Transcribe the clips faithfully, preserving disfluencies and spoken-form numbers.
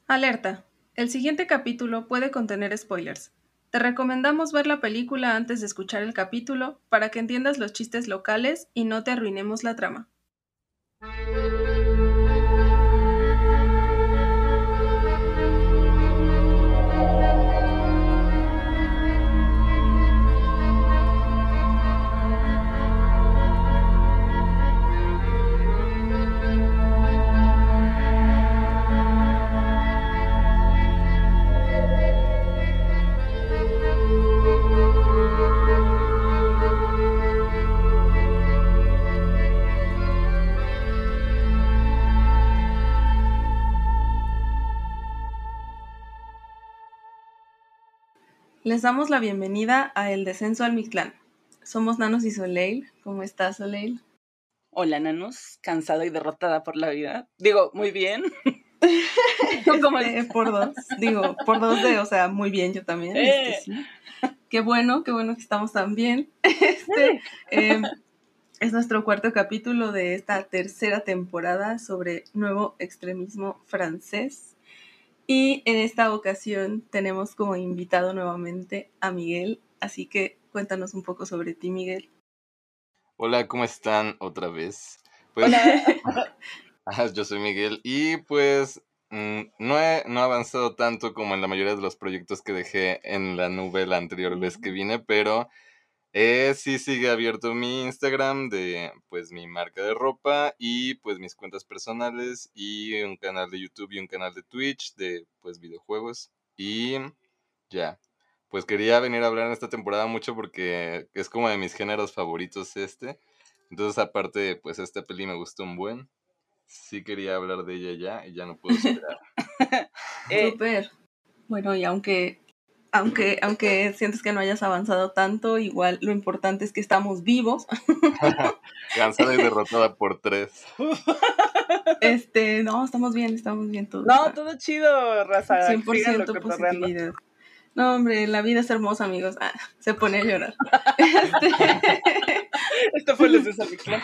Alerta. El siguiente capítulo puede contener spoilers. Te recomendamos ver la película antes de escuchar el capítulo para que entiendas los chistes locales y no te arruinemos la trama. Les damos la bienvenida a El Descenso al Mictlán. Somos Nanos y Soleil. ¿Cómo estás, Soleil? Hola, Nanos. Cansada y derrotada por la vida. Digo, muy bien. ¿Cómo este, por dos. Digo, por dos de, o sea, muy bien, yo también. Eh. Este, sí. Qué bueno, qué bueno que estamos tan bien. Este, eh, es nuestro cuarto capítulo de esta tercera temporada sobre nuevo extremismo francés. Y en esta ocasión tenemos como invitado nuevamente a Miguel, así que cuéntanos un poco sobre ti, Miguel. Hola, ¿cómo están otra vez? Pues, Hola. Yo soy Miguel y pues mmm, no, he, no he avanzado tanto como en la mayoría de los proyectos que dejé en la nube la anterior vez que vine, pero eh, sí sigue abierto mi Instagram de pues mi marca de ropa y pues mis cuentas personales y un canal de YouTube y un canal de Twitch de pues videojuegos y ya. Pues quería venir a hablar en esta temporada mucho porque es como de mis géneros favoritos este. Entonces aparte pues esta peli me gustó un buen. Sí quería hablar de ella ya y ya no puedo esperar. eh, Súper. Bueno, y aunque Aunque, aunque sientes que no hayas avanzado tanto, igual lo importante es que estamos vivos. Cansada y derrotada por tres. Este, no, estamos bien, estamos bien todos. No, todo chido, raza. cien por ciento positividad. No, hombre, la vida es hermosa, amigos. Ah, se pone a llorar. este... Esto fue el Descenso al Mictlán.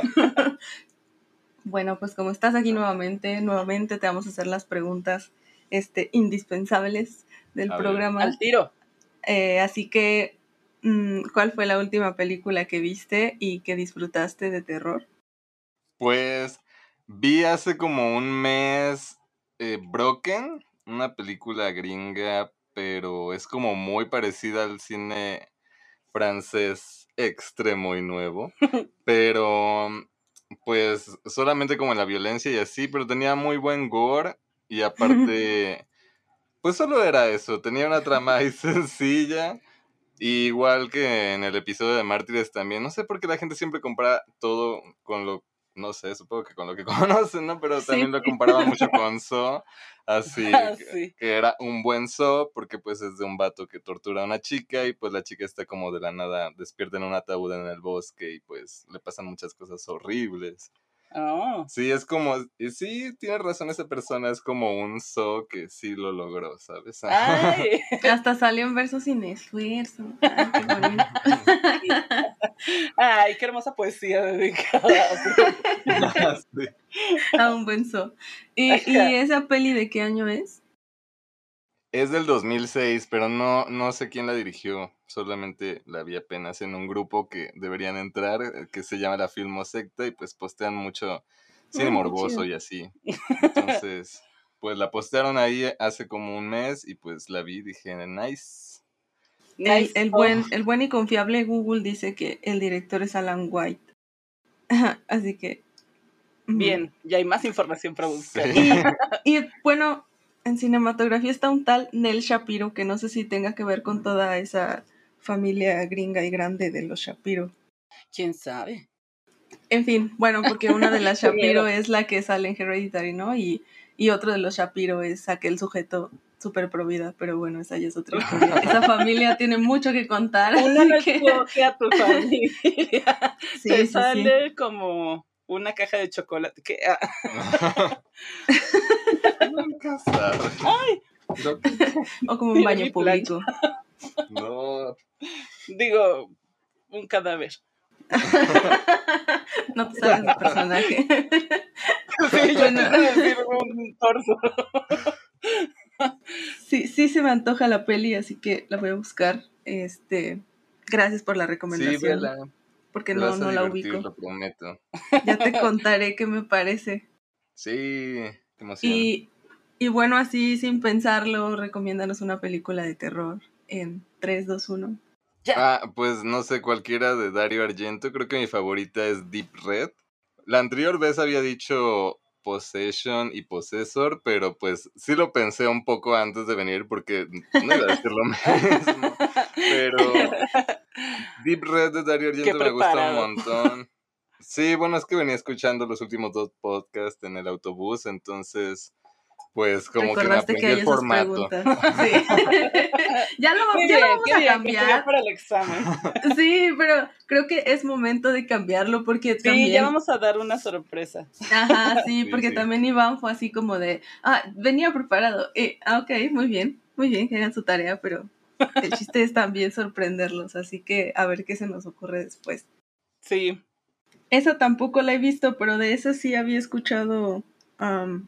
Bueno, pues como estás aquí nuevamente, nuevamente te vamos a hacer las preguntas este, indispensables del A programa. Ver, al tiro. Eh, así que, ¿cuál fue la última película que viste y que disfrutaste de terror? Pues vi hace como un mes eh, Broken, una película gringa, pero es como muy parecida al cine francés extremo y nuevo, pero pues solamente como en la violencia y así, pero tenía muy buen gore y aparte, pues solo era eso, tenía una trama ahí sencilla. Y igual que en el episodio de Mártires también, no sé por qué la gente siempre compara todo con lo, no sé, supongo que con lo que conocen, ¿no? Pero también sí. Lo comparaban mucho con Saw, así Ah, que, sí. que era un buen Saw, porque pues es de un vato que tortura a una chica y pues la chica está como de la nada, despierta en un ataúd en el bosque y pues le pasan muchas cosas horribles. Oh. Sí, es como, y sí, tiene razón esa persona, es como un Saw que sí lo logró, ¿sabes? Ay. Hasta salió en verso sin esfuerzo. Ay, qué bonito. Ay, qué hermosa poesía dedicada. Sí. A un buen Saw. ¿Y, ¿Y esa peli de qué año es? Es del dos mil seis, pero no, no sé quién la dirigió. Solamente la vi apenas en un grupo que deberían entrar, que se llama La Filmosecta, y pues postean mucho cine Ay, morboso y así. Entonces, pues la postearon ahí hace como un mes y pues la vi y dije, nice. El, el, buen, el buen y confiable Google dice que el director es Alan White. Así que... Bien, ya hay más información para buscar. Sí. Y, y bueno... En cinematografía está un tal Nel Shapiro, que no sé si tenga que ver con toda esa familia gringa y grande de los Shapiro. ¿Quién sabe? En fin, bueno, porque una de las Shapiro es la que sale en Hereditary, ¿no? Y, y otro de los Shapiro es aquel sujeto súper pro vida, pero bueno, esa ya es otra historia. Esa familia tiene mucho que contar. Una no que... escoge a tu familia. Sí, Te sí, sale sí. como una caja de chocolate. ¿Qué? Ah. Nunca sabe. Ay. No. O como un baño público. No. Digo, un cadáver. No te sabes el personaje. Sí, yo bueno. Te decir un torso. sí, sí se me antoja la peli, así que la voy a buscar. Este, gracias por la Sí, recomendación, vela. porque Te no, vas a no la divertir, ubico. lo prometo. Ya te contaré qué me parece. Sí, qué emoción. Y, y bueno, así sin pensarlo, recomiéndanos una película de terror en tres, dos, uno. Ya. Ah, pues no sé, cualquiera de Dario Argento. Creo que mi favorita es Deep Red. La anterior vez había dicho Possession y Possessor, pero pues sí lo pensé un poco antes de venir porque no iba a decir lo mismo. Pero Deep Red de Dario Qué Argento me gusta un preparado. montón. Sí, bueno, es que venía escuchando los últimos dos podcasts en el autobús, entonces pues como que me Recordaste que aprendí hay el esas formato. preguntas. Sí. ya lo, Qué ya lo bien, vamos qué a bien, que estudió cambiar. para el examen. Sí, pero creo que es momento de cambiarlo porque Sí, ya también, vamos a dar una sorpresa. ajá, sí, Sí, porque sí. también Iván fue así como de, ah, venía preparado. Eh, ah, ok, muy bien, muy bien, que hagan su tarea, pero el chiste es también sorprenderlos, así que a ver qué se nos ocurre después. Sí. Esa tampoco la he visto, pero de esa sí había escuchado, am,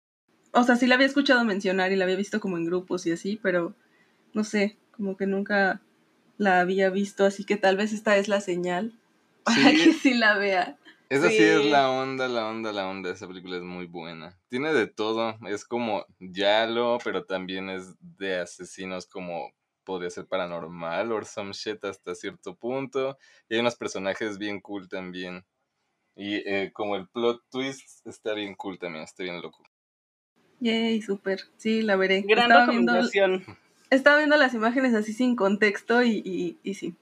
o sea, sí la había escuchado mencionar y la había visto como en grupos y así, pero no sé, como que nunca la había visto, así que tal vez esta es la señal para Sí, que sí la vea. esa sí es Sí. la onda, la onda, la onda. Esa película es muy buena. Tiene de todo. Es como giallo, pero también es de asesinos como podría ser paranormal or some shit hasta cierto punto. Y hay unos personajes bien cool también. Y eh, como el plot twist está bien cool también, está bien loco. Yay, súper, sí, la veré. Gran Estaba viendo, recomendación. estaba viendo las imágenes así sin contexto y, y, y sí.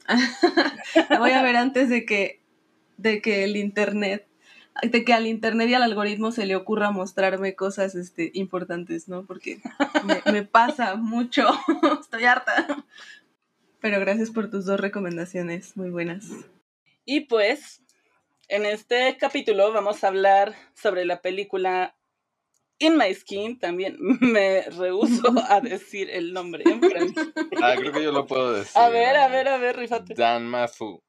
La voy a ver antes de que, de que el internet, de que al internet y al algoritmo se le ocurra mostrarme cosas este, importantes, ¿no? Porque me, me pasa mucho, estoy harta. Pero gracias por tus dos recomendaciones, muy buenas. Y pues, en este capítulo vamos a hablar sobre la película In My Skin. También me rehúso a decir el nombre en francés. Ah, creo que yo lo puedo decir. A ver, a ver, a ver, rifate. Dan Mafu.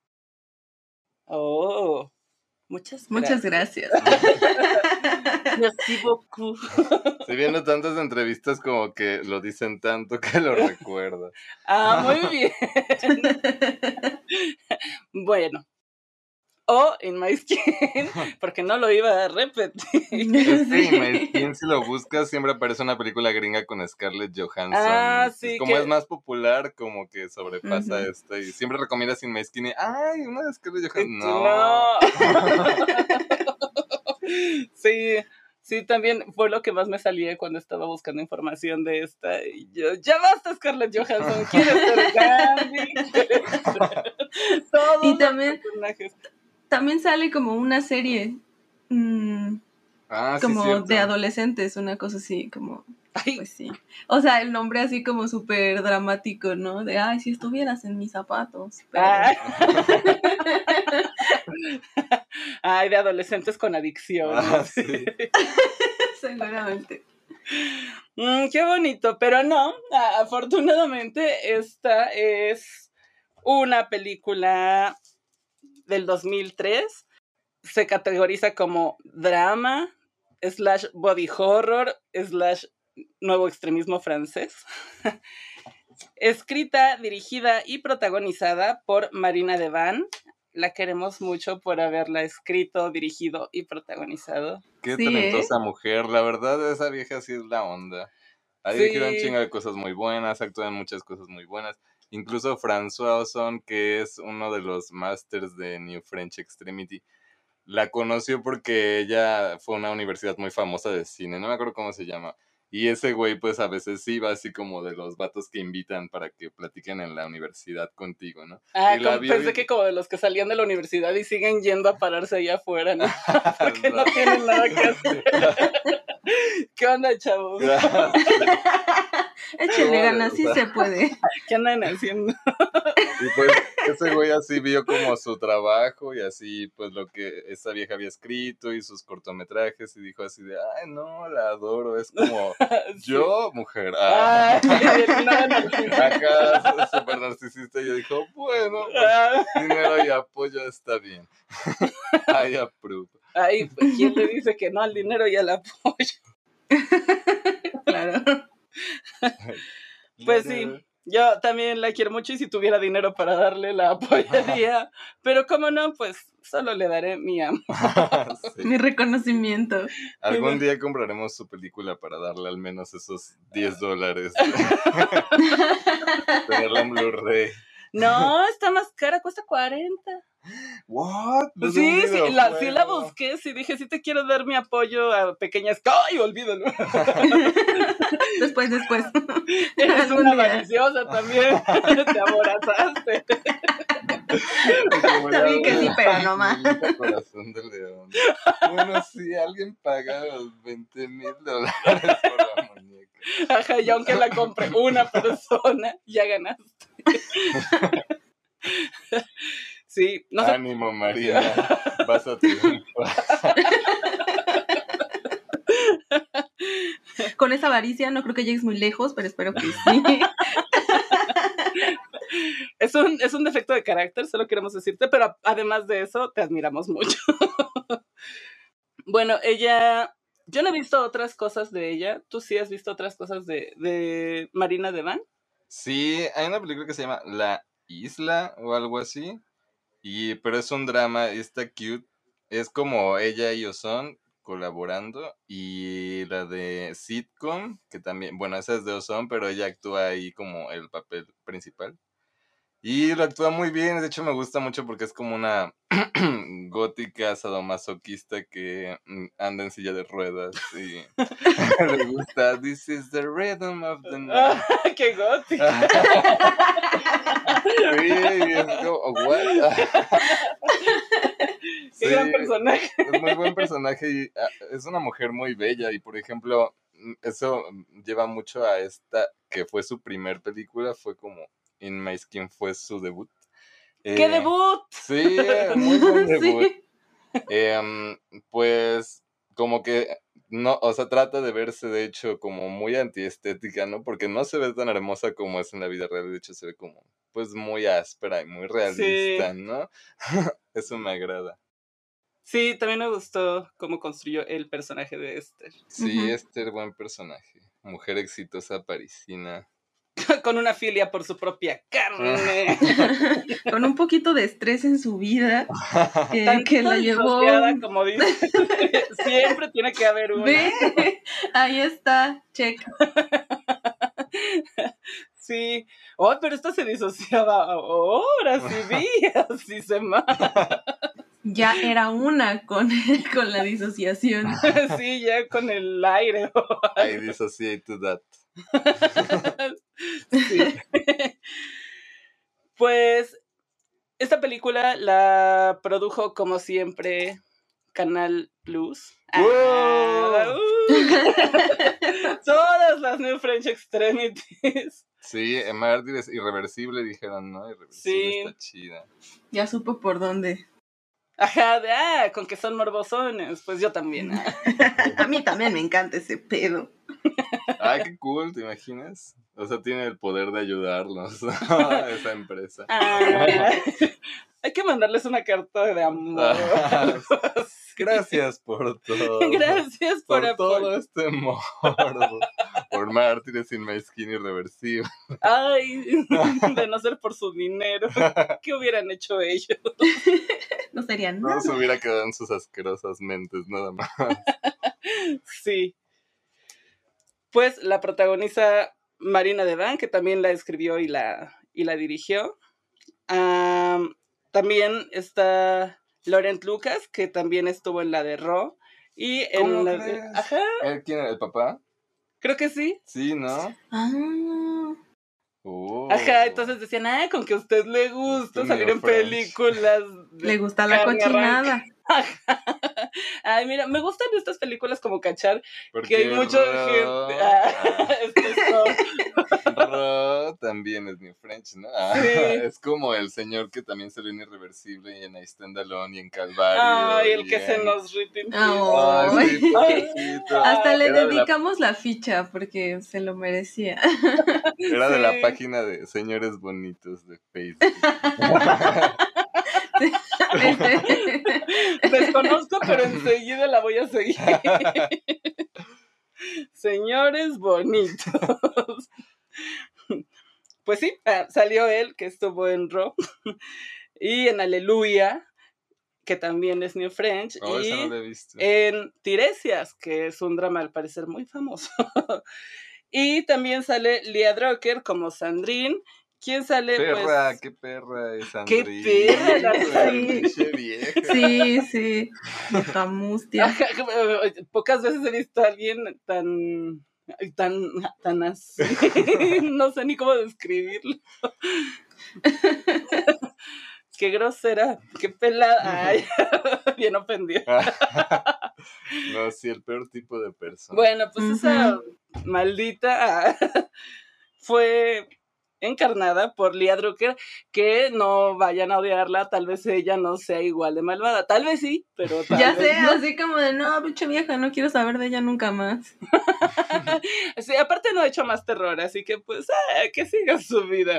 Oh, muchas Muchas gracias. gracias. Merci beaucoup. Estoy viendo tantas entrevistas como que lo dicen tanto que lo recuerdas. Ah, muy bien. Bueno. O In My Skin, porque no lo iba a repetir. Es que In My Sí. Skin, si lo buscas, siempre aparece una película gringa con Scarlett Johansson. Ah, Es sí, como que... es más popular, como que sobrepasa Ujú. esta. Y siempre recomiendas In My Skin y, ay, una de Scarlett Johansson. No. No. Sí, sí, también fue lo que más me salía cuando estaba buscando información de esta. Y yo, ya basta, Scarlett Johansson, ¿quieres ser Gandhi? Todos Y los también, personajes. también sale como una serie mm, Ah, sí, como cierto. de adolescentes, una cosa así, como, Ay, pues sí. O sea, el nombre así como súper dramático, ¿no? De, ay, si estuvieras en mis zapatos. Pero... ay. Ay, de adolescentes con Ah, adicciones. sí. seguramente. Mm, qué bonito, pero no, a- afortunadamente esta es una película del dos mil tres, se categoriza como drama, slash body horror, slash nuevo extremismo francés. Escrita, dirigida y protagonizada por Marina Devan. La queremos mucho por haberla escrito, dirigido y protagonizado. Qué Sí, ¿eh? talentosa mujer. La verdad, esa vieja sí es la onda. Ha dirigido un Sí. chingo de cosas muy buenas, ha actuado en muchas cosas muy buenas. Incluso François Ozon, que es uno de los masters de New French Extremity, la conoció porque ella fue a una universidad muy famosa de cine, no me acuerdo cómo se llama. Y ese güey, pues a veces sí va así como de los vatos que invitan para que platiquen en la universidad contigo, ¿no? Ah, Y la como- vio pensé y- que como de los que salían de la universidad y siguen yendo a pararse allá afuera, ¿no? Porque no tienen nada que hacer. ¿Qué onda, chavos? Échenle No, ganas, o sí sea, se puede. ¿Qué andan haciendo? Y pues ese güey así vio como su trabajo y así pues lo que esa vieja había escrito y sus cortometrajes y dijo así de, ay no, la adoro, es como Sí. yo, mujer. Ah. Ay, nada narcisista. Acá súper narcisista y yo dijo, bueno, pues, Ah. dinero y apoyo está bien. I approve. Ay, ¿quién le dice que no al dinero y al apoyo? Claro. Pues sí, yo también la quiero mucho y si tuviera dinero para darle la apoyaría, pero como no, pues solo le daré mi amor. Sí. Mi reconocimiento. Algún día compraremos su película para darle al menos esos diez dólares. Tenerla en Blu-ray. No, está más cara, cuesta cuarenta. What? Pues sí, sí la, sí la busqué, sí dije, sí te quiero dar mi apoyo a pequeñas... ¡Ay, olvídalo! Después, después. Eres una maliciosa también. Te aborazaste. Está bien que sí, pero no más. Corazón de león. Bueno, si alguien paga los veinte mil dólares por la muñeca. Ajá, y aunque la compre una persona, ya ganaste. Sí, no sé. Ánimo, Marina, vas a triunfar. Con esa avaricia no creo que llegues muy lejos, pero espero que sí. Es un, es un defecto de carácter, solo queremos decirte, pero además de eso, te admiramos mucho. Bueno, ella... Yo no he visto otras cosas de ella. ¿Tú sí has visto otras cosas de, de Marina Devane? Sí, hay una película que se llama La Isla o algo así. Y, pero es un drama, está cute. Es como ella y Ozone colaborando. Y la de Sitcom, que también, bueno, esa es de Ozone, pero ella actúa ahí como el papel principal. Y lo actúa muy bien, de hecho me gusta mucho porque es como una gótica sadomasoquista que anda en silla de ruedas y le gusta This is the rhythm of the night. ¡Qué gótica! Sí, y es como, ¿what? ¡Qué sí, gran personaje! Es muy buen personaje y uh, es una mujer muy bella y, por ejemplo, eso lleva mucho a esta, que fue su primer película, fue como In My Skin fue su debut. ¡Qué eh, debut! Sí, muy buen debut. Sí. Eh, pues como que no, o sea, trata de verse de hecho como muy antiestética, ¿no? Porque no se ve tan hermosa como es en la vida real, de hecho se ve como pues muy áspera y muy realista, sí. ¿No? Eso me agrada. Sí, también me gustó cómo construyó el personaje de Esther. Sí, uh-huh. Esther, buen personaje. Mujer exitosa parisina. Con una filia por su propia carne. Con un poquito de estrés en su vida. Eh, Tan que la llevó. Como dice. Siempre tiene que haber una. ¿Ve? Ahí está, check. Sí. Oh, pero esta se disociaba horas y días y semanas. Ya era una con, con la disociación. Sí, ya con el aire. I dissociate to that. Sí. Pues esta película la produjo como siempre Canal Plus. ¡Wow! Ah, uh. Todas las New French Extremities. Sí, Mártires Irreversible dijeron, ¿no? Irreversible sí. Está chida. Ya supo por dónde. Ajá, de, ah, con que son morbosones, pues yo también. Ah. A mí también me encanta ese pedo. Ay, qué cool, ¿te imaginas? O sea, tiene el poder de ayudarnos, esa empresa. Ah, hay que mandarles una carta de amor. Gracias por todo. Gracias por, por todo este morbo. Por Mártires Sin My Skin Irreversible. Ay, de no ser por su dinero. ¿Qué hubieran hecho ellos? No serían nada. No se hubiera quedado en sus asquerosas mentes, nada más. Sí. Pues la protagoniza Marina Devane, que también la escribió y la, y la dirigió. Um, también está Laurent Lucas, que también estuvo en la de Raw. Y en ¿Cómo la crees? de... Ajá. ¿El quién era? ¿El papá? Creo que sí. Sí, ¿no? Ah. Oh. Ajá, entonces decían, ah, con que a usted le gusta salir en French. películas. Le gusta la cochinada. Ay, mira, me gustan estas películas como cachar. Porque que hay mucha Ro... gente. Ah, es Ro también es New French, ¿no? Ah, sí. Es como el señor que también salió en Irreversible y en I Stand Alone y en Calvario. Ay, el que en... se nos ritin. Oh. Ay, sí, hasta le Era dedicamos la... la ficha porque se lo merecía. Era Sí. de la página de Señores Bonitos de Facebook. Este... Desconozco, pero enseguida la voy a seguir. Señores Bonitos. pues sí, salió él, que estuvo en Raw, y en Aleluya, que también es New French, Oh, y esa no la he visto. en Tiresias, que es un drama al parecer muy famoso. Y también sale Lea Drucker como Sandrine. ¿Quién sale? Perra, pues, qué perra es ¡qué Sandrine. perra! Sí. Pinche vieja. Sí, sí, vieja mustia. Ajá, pocas veces he visto a alguien tan, tan, tan así. No sé ni cómo describirlo. Qué grosera, qué pelada. Ay, bien ofendida. No, sí, el peor tipo de persona. Bueno, pues Ujú. esa maldita fue encarnada por Lea Drucker, que no vayan a odiarla, tal vez ella no sea igual de malvada, tal vez sí, pero tal Ya vez sé, no. así como de, no, pinche vieja, no quiero saber de ella nunca más. Sí, aparte no ha hecho más terror, así que pues ah, que siga su vida.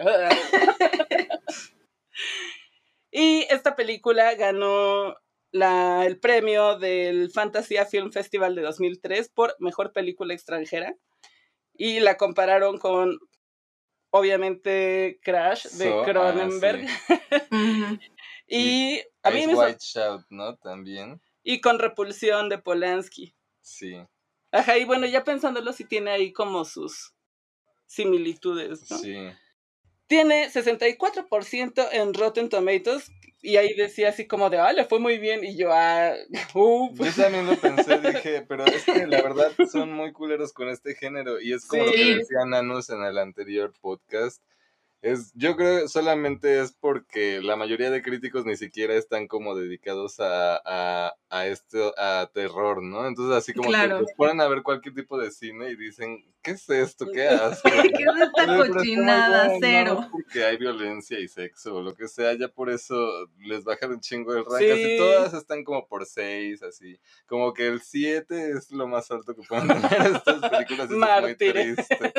Y esta película ganó la, el premio del Fantasia Film Festival de dos mil tres por Mejor Película Extranjera, y la compararon con, obviamente, Crash de So, Cronenberg. Ah, sí. Ujú. Y a mí Ice me White Shout, ¿no? También. Y con Repulsión de Polanski. Sí. Ajá, y bueno, ya pensándolo, sí tiene ahí como sus similitudes, ¿no? Sí. Tiene sesenta y cuatro por ciento en Rotten Tomatoes, y ahí decía así como de, ah, le fue muy bien, y yo, ah, uh. Yo también lo pensé, dije, pero es que la verdad son muy culeros con este género, y es como Sí. lo que decía Nanus en el anterior podcast. Es, yo creo que solamente es porque la mayoría de críticos ni siquiera están como dedicados a, a, a esto, a terror, ¿no? Entonces así como Claro. que les ponen a ver cualquier tipo de cine y dicen, ¿qué es esto? ¿Qué asco? ¿Qué es esta Pero- pero está muy cochinada? bueno, Cero. ¿no? Porque hay violencia y sexo o lo que sea, ya por eso les bajan un chingo el rank. Sí. Casi todas están como por seis, así. Como que el siete es lo más alto que pueden tener estas películas y eso es muy Mártires. triste.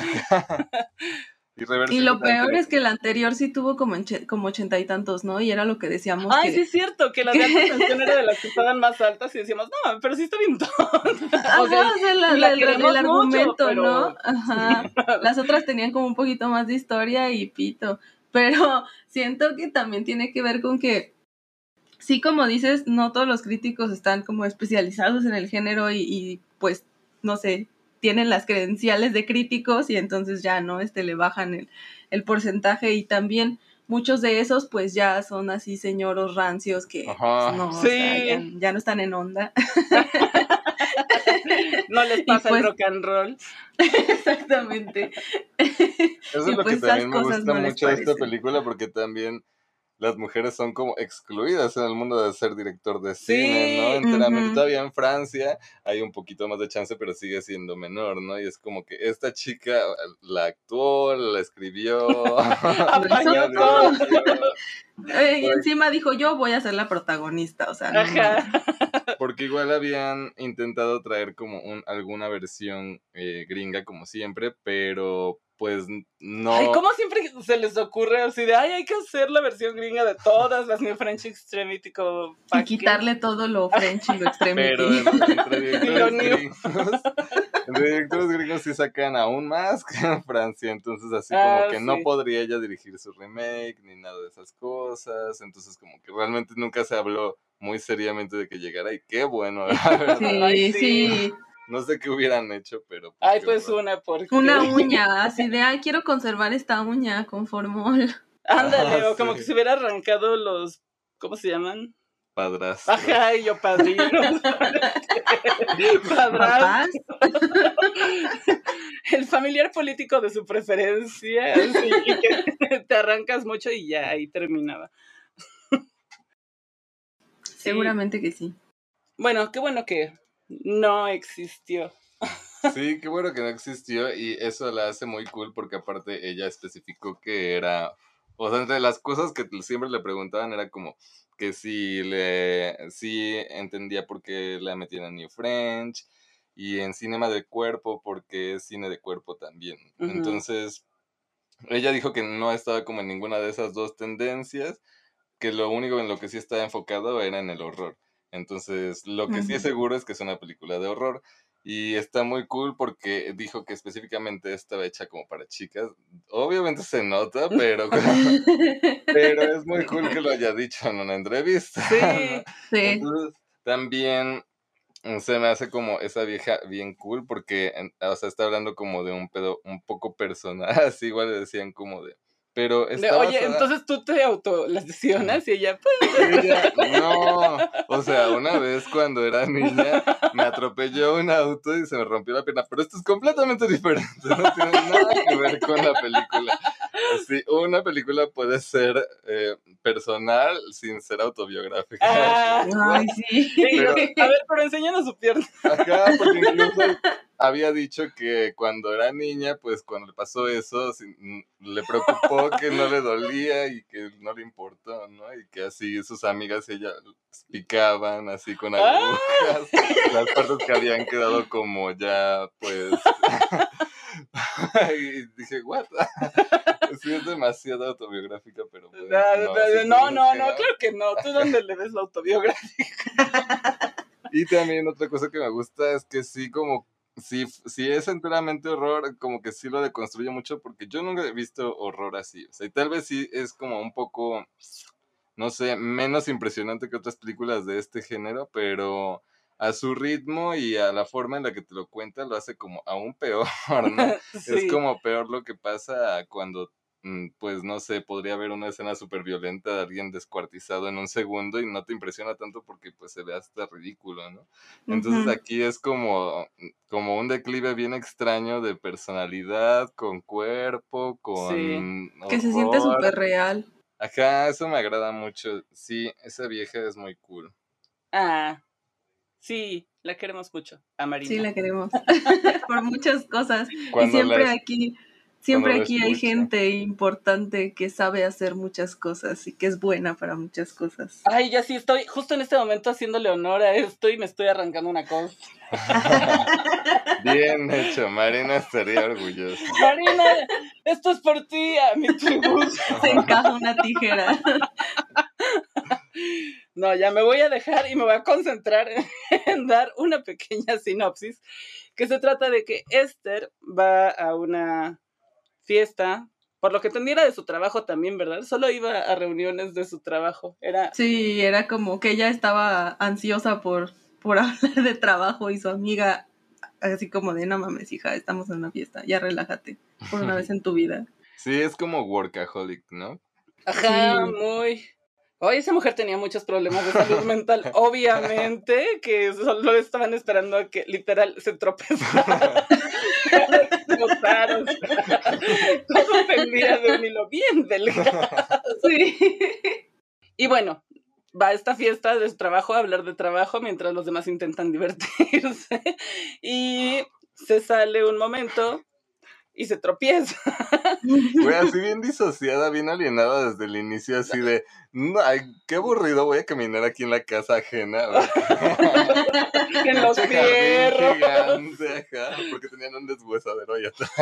Y lo peor es que el anterior sí tuvo como enche- como ochenta y tantos, ¿no? Y era lo que decíamos. Ay, que... sí es cierto, que la de alta tensión era de las que estaban más altas y decíamos, no, pero sí está bien tonta. Ajá, O sea, o sea, la- y la la- el, queremos el argumento, mucho, pero... ¿no? Ajá. Las otras tenían como un poquito más de historia y pito. Pero siento que también tiene que ver con que, sí, como dices, no todos los críticos están como especializados en el género y, y pues, no sé, tienen las credenciales de críticos y entonces ya, ¿no? Este, le bajan el, el porcentaje, y también muchos de esos pues ya son así señoros rancios que Ajá. pues, no, Sí. o sea, ya, ya no están en onda. No les Y pasa pues- el rock and roll. Exactamente. Eso Y es lo pues que también esas me cosas gusta no les mucho de esta parecen. película, porque también las mujeres son como excluidas en el mundo de ser director de Sí. cine, ¿no? Enteramente. Ujú. Todavía en Francia hay un poquito más de chance, pero sigue siendo menor, ¿no? Y es como que esta chica la actuó, la escribió, Apañó la todo. dirigió. Eh, y Pues- encima dijo, yo voy a ser la protagonista, o sea, no Ajá. mames. Porque igual habían intentado traer como un, alguna versión eh, gringa, como siempre, pero pues no. Ay, ¿cómo siempre se les ocurre así de, ay, hay que hacer la versión gringa de todas las New French Extremity como Y pa' qué? quitarle todo lo French y lo Pero extremity. en- entre Y lo directores new. gringos, entre directores gringos sí sacan aún más que en Francia, entonces así Ah, como que no sí. podría ella dirigir su remake ni nada de esas cosas, entonces como que realmente nunca se habló muy seriamente de que llegara, y qué bueno, la verdad. Ay, Sí, sí. sí. No sé qué hubieran hecho, pero Ay, qué pues horror. una, porque... Una uña, así de, ay, quiero conservar esta uña con formol. Ándale, Ah, o como sí. que se hubiera arrancado los, ¿cómo se llaman? Padrastro. Ajá, y yo padrino. Papás. El familiar político de su preferencia, así, y que te arrancas mucho y ya ahí terminaba. Sí. Seguramente que sí. Bueno, qué bueno que no existió. Sí, qué bueno que no existió, y eso la hace muy cool porque aparte ella especificó que era, o sea, entre las cosas que siempre le preguntaban era como que si le, si entendía por qué la metían en New French, y en cinema de cuerpo porque es cine de cuerpo también. Ujú. Entonces, ella dijo que no estaba como en ninguna de esas dos tendencias, que lo único en lo que sí estaba enfocado era en el horror. Entonces, lo que sí es Ujú. seguro es que es una película de horror. Y está muy cool porque dijo que específicamente estaba hecha como para chicas. Obviamente se nota, pero, pero es muy cool que lo haya dicho en una entrevista, Sí, ¿no? Sí. Entonces, también se me hace como esa vieja bien cool porque, en- o sea, está hablando como de un pedo un poco personal, así igual le decían como de, pero De, está oye, basada... entonces tú te autolesionas y ella, pues. Ella, no, o sea, una vez cuando era niña me atropelló un auto y se me rompió la pierna, pero esto es completamente diferente, no tiene nada que ver con la película. Así, una película puede ser eh, personal sin ser autobiográfica. Ah, Ay, sí. y yo, Pero, a ver, pero enséñanos su pierna. ajá, porque incluso había dicho que cuando era niña, pues cuando le pasó eso, sí, mm, le preocupó que no le dolía y que no le importó, ¿no? Y que así sus amigas ella picaban así con Ah, agujas, las partes que habían quedado como ya, pues... y dije, what? Sí, es demasiado autobiográfica, pero bueno, no, si tú no, dices no, que no, no. claro que no. ¿Tú dónde le ves la autobiografía? Y también otra cosa que me gusta es que sí, como, si, si es enteramente horror, como que sí lo deconstruye mucho, porque yo nunca he visto horror así. O sea, y tal vez sí es como un poco, no sé, menos impresionante que otras películas de este género, pero a su ritmo y a la forma en la que te lo cuenta lo hace como aún peor, ¿no? Es Sí. como peor lo que pasa cuando, mm, pues no sé, podría haber una escena súper violenta de alguien descuartizado en un segundo y no te impresiona tanto porque pues se ve hasta ridículo, ¿no? Entonces Ujú. aquí es como, como un declive bien extraño de personalidad, con cuerpo, Sí. con Que se siente horror. súper real. Ajá, eso me agrada mucho. Sí, esa vieja es muy cool. Ah, sí, la queremos mucho, a Sí, Marina. la queremos. Por muchas cosas. Y Cuando la, siempre es- aquí, cuando siempre la aquí hay escucho. gente importante que sabe hacer muchas cosas y que es buena para muchas cosas. Ay, ya sí, estoy justo en este momento haciéndole honor a esto y me estoy arrancando una cosa. Bien hecho, Marina estaría orgullosa. Marina, esto es por ti, a mi tributo. Se encaja una tijera. No, ya me voy a dejar y me voy a concentrar en, en dar una pequeña sinopsis, que se trata de que Esther va a una fiesta, por lo que entendiera de su trabajo también, ¿verdad? Solo iba a reuniones de su trabajo. Era... Sí, era como que ella estaba ansiosa por, por hablar de trabajo y su amiga así como de, no mames, hija, estamos en una fiesta, ya relájate por una vez en tu vida. Sí, es como workaholic, ¿no? Ajá, Sí. muy... Oye, esa mujer tenía muchos problemas de salud mental, obviamente, que solo estaban esperando a que literal se tropezara. Explotaron. Todo pendía de un hilo bien delgado. Sí. Y bueno, va a esta fiesta de su trabajo a hablar de trabajo mientras los demás intentan divertirse. Y se sale un momento y se tropieza. Güey, así bien disociada, bien alienada desde el inicio, así de, "No, ay, qué aburrido, voy a caminar aquí en la casa ajena. A ver qué-". En los Pinche jardín fierros. gigante, ajá, porque tenían un deshuesadero allá atrás.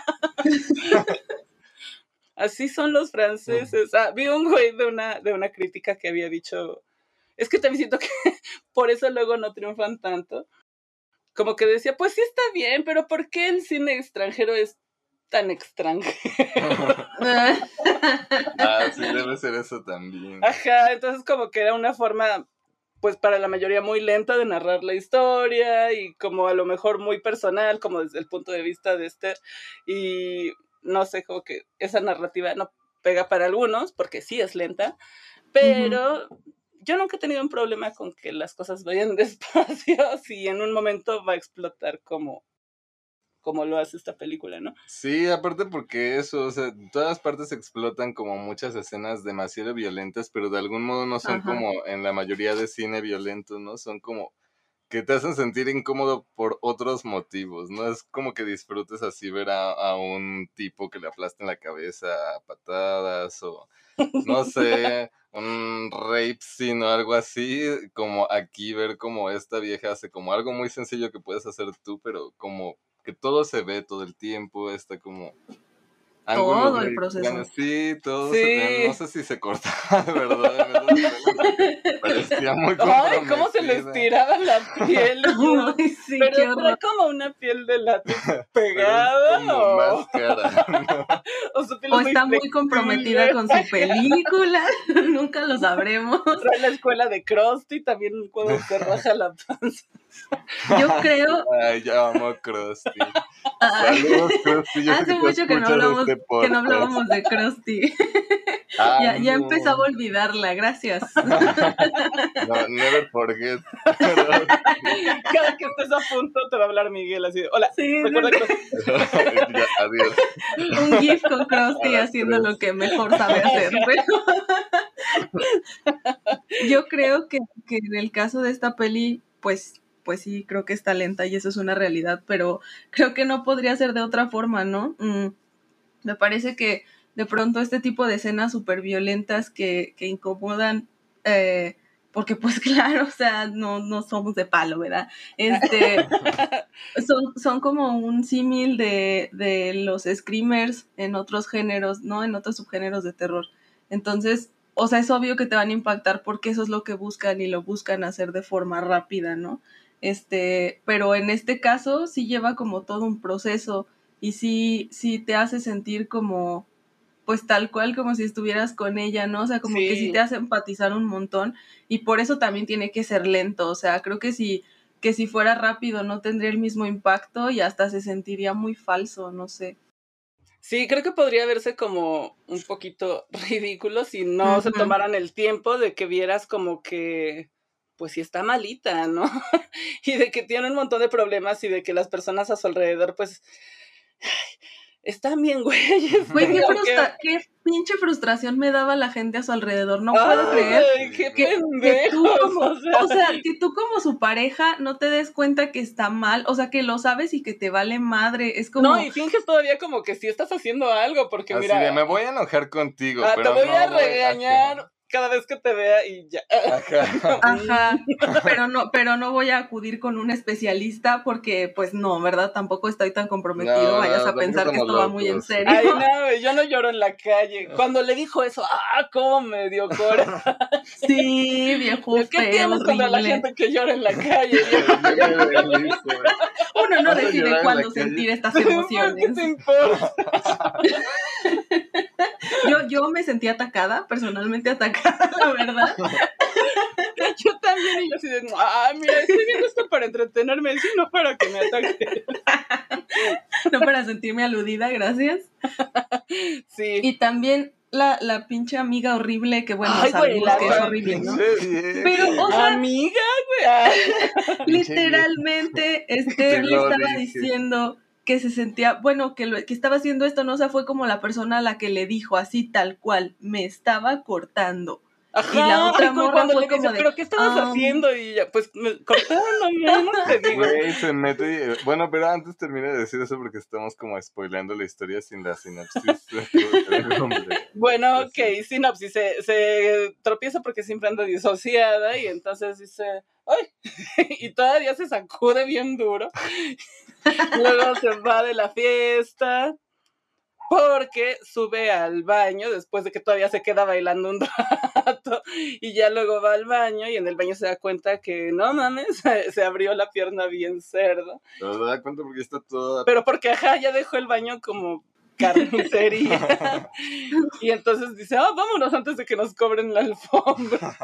Así son los franceses. Ah, vi un güey de una, de una crítica que había dicho, es que también siento que por eso luego no triunfan tanto. Como que decía, pues sí está bien, pero ¿por qué el cine extranjero es tan extranjero? Ah, sí, debe ser eso también. Ajá, entonces como que era una forma, pues para la mayoría muy lenta de narrar la historia y como a lo mejor muy personal, como desde el punto de vista de Esther. Y no sé, como que esa narrativa no pega para algunos, porque sí es lenta, pero yo nunca he tenido un problema con que las cosas vayan despacio si en un momento va a explotar como, como lo hace esta película, ¿no? Sí, aparte porque eso, o sea, en todas partes explotan como muchas escenas demasiado violentas, pero de algún modo no son Ajá. como en la mayoría de cine violento, ¿no? Son como que te hacen sentir incómodo por otros motivos, ¿no? Es como que disfrutes así ver a, a un tipo que le aplasten la cabeza a patadas o, no sé, un rape scene o algo así, como aquí ver como esta vieja hace como algo muy sencillo que puedes hacer tú, pero como que todo se ve todo el tiempo, está como ángulos todo el muy proceso. extraños. Sí, todo. Sí. Se, no sé si se cortaba de verdad. En esas escenas, parecía muy Ay, cómo se les comprometida. tiraba la piel. y yo, Ay, sí, pero qué trae horror. como una piel de látex Pero es pegada como o, más cara, ¿no? o su piel O es muy está muy flexible. comprometida con su película, nunca lo sabremos. Trae la escuela de Krusty también cuando se raja la panza. Yo creo, Ay, ya amo a Krusty. ay, Saludos, Krusty. Yo sé hace que tú mucho que no escuchas hablamos, este que no podcast. hablábamos de Krusty. Ah, Ya, ya no. empezaba a olvidarla, gracias. No, never forget. Pero- Cada que estés a punto te va a hablar Miguel así de, hola, Sí, sí, recuerda sí. Krusty. Ya, adiós. Un gif con Krusty A las haciendo tres. lo que mejor sabe hacer. Pero yo creo que, que en el caso de esta peli, pues, pues sí, creo que está lenta y eso es una realidad, pero creo que no podría ser de otra forma, ¿no? Mm, me parece que de pronto este tipo de escenas súper violentas que, que incomodan, eh, porque pues claro, o sea, no, no somos de palo, ¿verdad? Este, son, son como un símil de, de los screamers en otros géneros, ¿no? En otros subgéneros de terror. Entonces, o sea, es obvio que te van a impactar porque eso es lo que buscan y lo buscan hacer de forma rápida, ¿no? Este, pero en este caso sí lleva como todo un proceso y sí, sí te hace sentir como, pues tal cual como si estuvieras con ella, ¿no? O sea, como que sí Sí. te hace empatizar un montón y por eso también tiene que ser lento, o sea, creo que si, que si fuera rápido no tendría el mismo impacto y hasta se sentiría muy falso, no sé. Sí, creo que podría verse como un poquito ridículo si no se Ujú. tomaran el tiempo de que vieras como que, pues sí está malita, ¿no? Y de que tiene un montón de problemas y de que las personas a su alrededor, pues, ay, están bien güeyes. Güey, qué, Aunque- frustra qué pinche frustración me daba la gente a su alrededor. No puedo Ay, creer güey, qué que, que tú pendejos. como, O sea, o sea, que tú como su pareja no te des cuenta que está mal, o sea, que lo sabes y que te vale madre. Es como, no, y finges todavía como que sí estás haciendo algo, porque Así mira, de, me voy a enojar contigo, ah, te pero voy no a voy regañar cada vez que te vea y ya. Ajá. ajá, pero no, pero no voy a acudir con un especialista porque, pues no, ¿verdad? Tampoco estoy tan comprometido, No, vayas no, a tampoco pensar que estamos esto va muy en locos. serio. Ay, no, güey, yo no lloro en la calle. Cuando le dijo eso, ah, cómo me dio coraje. Sí, viejo ¿Qué feo, tienes contra la horrible. gente que llora en la calle, viejo? Yo me realizo. Uno no ¿Vas a decide llorar en cuándo la calle? sentir estas ¿Qué emociones. te importa? Yo, yo me sentí atacada, personalmente atacada, la verdad. Yo también, y yo así de, ah, mira, estoy viendo esto para entretenerme, sí, no para que me ataque. No para sentirme aludida, gracias. Sí. Y también la, la pinche amiga horrible, que bueno, Ay, güey, sabemos la que es tan horrible, ¿no? Pinche vieja. Pero, o sea, amiga, güey. Ah, Pinche literalmente Esther Te le lo estaba dije. diciendo que se sentía, bueno, que, lo, que estaba haciendo esto, no, o sea, fue como la persona a la que le dijo así tal cual, me estaba cortando. Ajá, Y la otra ay, cu- morra cuando fue le dice, como de, ¿pero qué estabas "Um, haciendo? Y ya, pues, me cortaron, no, no te digo. Güey, se mete y- Bueno, pero antes termine de decir eso porque estamos como spoileando la historia sin la sinopsis. Bueno, ok, sinopsis, se, se tropieza porque siempre anda disociada y entonces dice, ¡ay! Y todavía se sacude bien duro. Luego se va de la fiesta porque sube al baño después de que todavía se queda bailando un rato y ya luego va al baño y en el baño se da cuenta que no mames, se, se abrió la pierna bien cerda. Pero se da cuenta porque está toda... Pero porque ajá, ya dejó el baño como carnicería. Y entonces dice, ah, vámonos antes de que nos cobren la alfombra.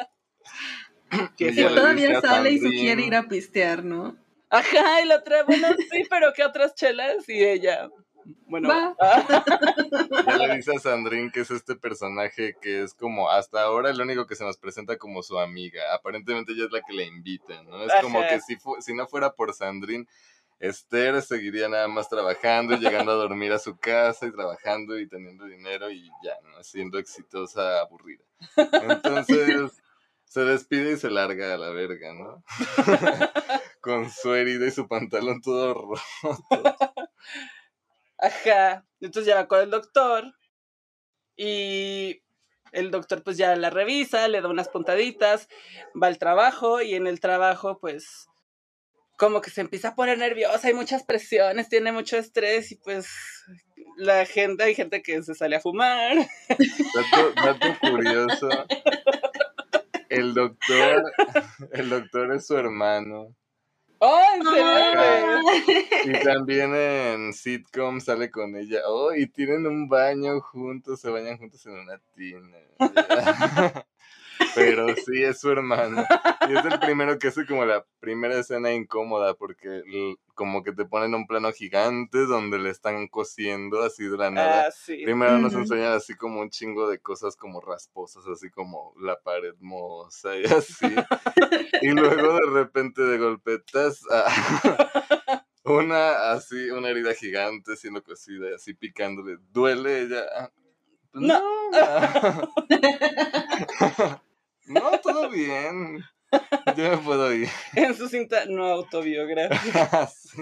Y y ya le todavía dice a sale y Sandrine- sugiere ir a pistear, ¿no? Ajá, y la otra, bueno, sí, pero ¿qué otras chelas? Y ella, bueno, Va. ah, Ya le dice a Sandrine que es este personaje que es como hasta ahora el único que se nos presenta como su amiga. Aparentemente ella es la que le invita, ¿no? Es como Ajá. que si, fu- si no fuera por Sandrine, Esther seguiría nada más trabajando y llegando a dormir a su casa y trabajando y teniendo dinero y ya, ¿no? Siendo exitosa, aburrida. Entonces se despide y se larga a la verga, ¿no? Con su herida y su pantalón todo roto. ajá. Entonces ya va con el doctor y el doctor pues ya la revisa, le da unas puntaditas, va al trabajo y en el trabajo pues como que se empieza a poner nerviosa, hay muchas presiones, tiene mucho estrés y pues la gente, hay gente que se sale a fumar. Dato, dato curioso, el doctor, el doctor es su hermano. ¡Oh, en serio! Y también en sitcom sale con ella. Oh, y tienen un baño juntos, se bañan juntos en una tina. Pero sí, es su hermano. Y es el primero que hace como la primera escena incómoda, porque como que te ponen un plano gigante donde le están cosiendo así de la nada. Ah, sí. Primero uh-huh. nos enseñan así como un chingo de cosas como rasposas, así como la pared mohosa y así. Y luego de repente de golpetas a una así, una herida gigante siendo cosida y así picándole. ¿Duele ella? Pues no. No. No, todo bien. Yo me puedo ir. En su cinta no autobiográfica. Sí.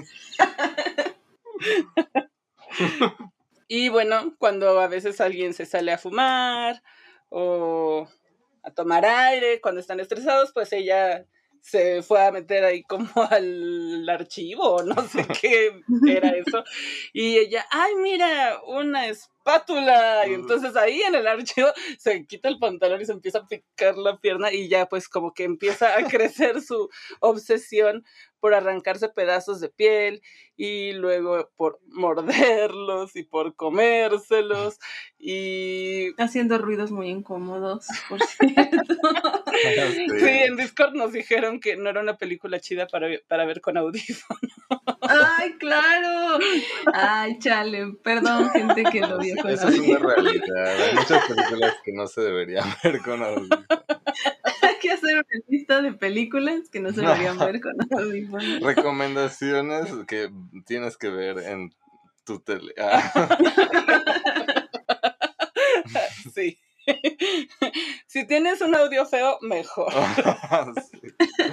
Y bueno, cuando a veces alguien se sale a fumar o a tomar aire, cuando están estresados, pues ella se fue a meter ahí como al archivo, no sé qué era eso, y ella, ay, mira, una espátula, y entonces ahí en el archivo se quita el pantalón y se empieza a picar la pierna, y ya pues como que empieza a crecer su obsesión por arrancarse pedazos de piel, y luego por morderlos, y por comérselos, y... haciendo ruidos muy incómodos, por cierto. Sí, en Discord nos dijeron que no era una película chida para, para ver con audífono. ¡Ay, claro! Ay, chale, perdón, gente que lo vio con Eso audífono. Es una realidad, hay muchas películas que no se deberían ver con audífono. Hay que hacer una lista de películas que no se deberían ver con audífono. Recomendaciones que tienes que ver en tu tele. Sí. Si tienes un audio feo, mejor. Sí.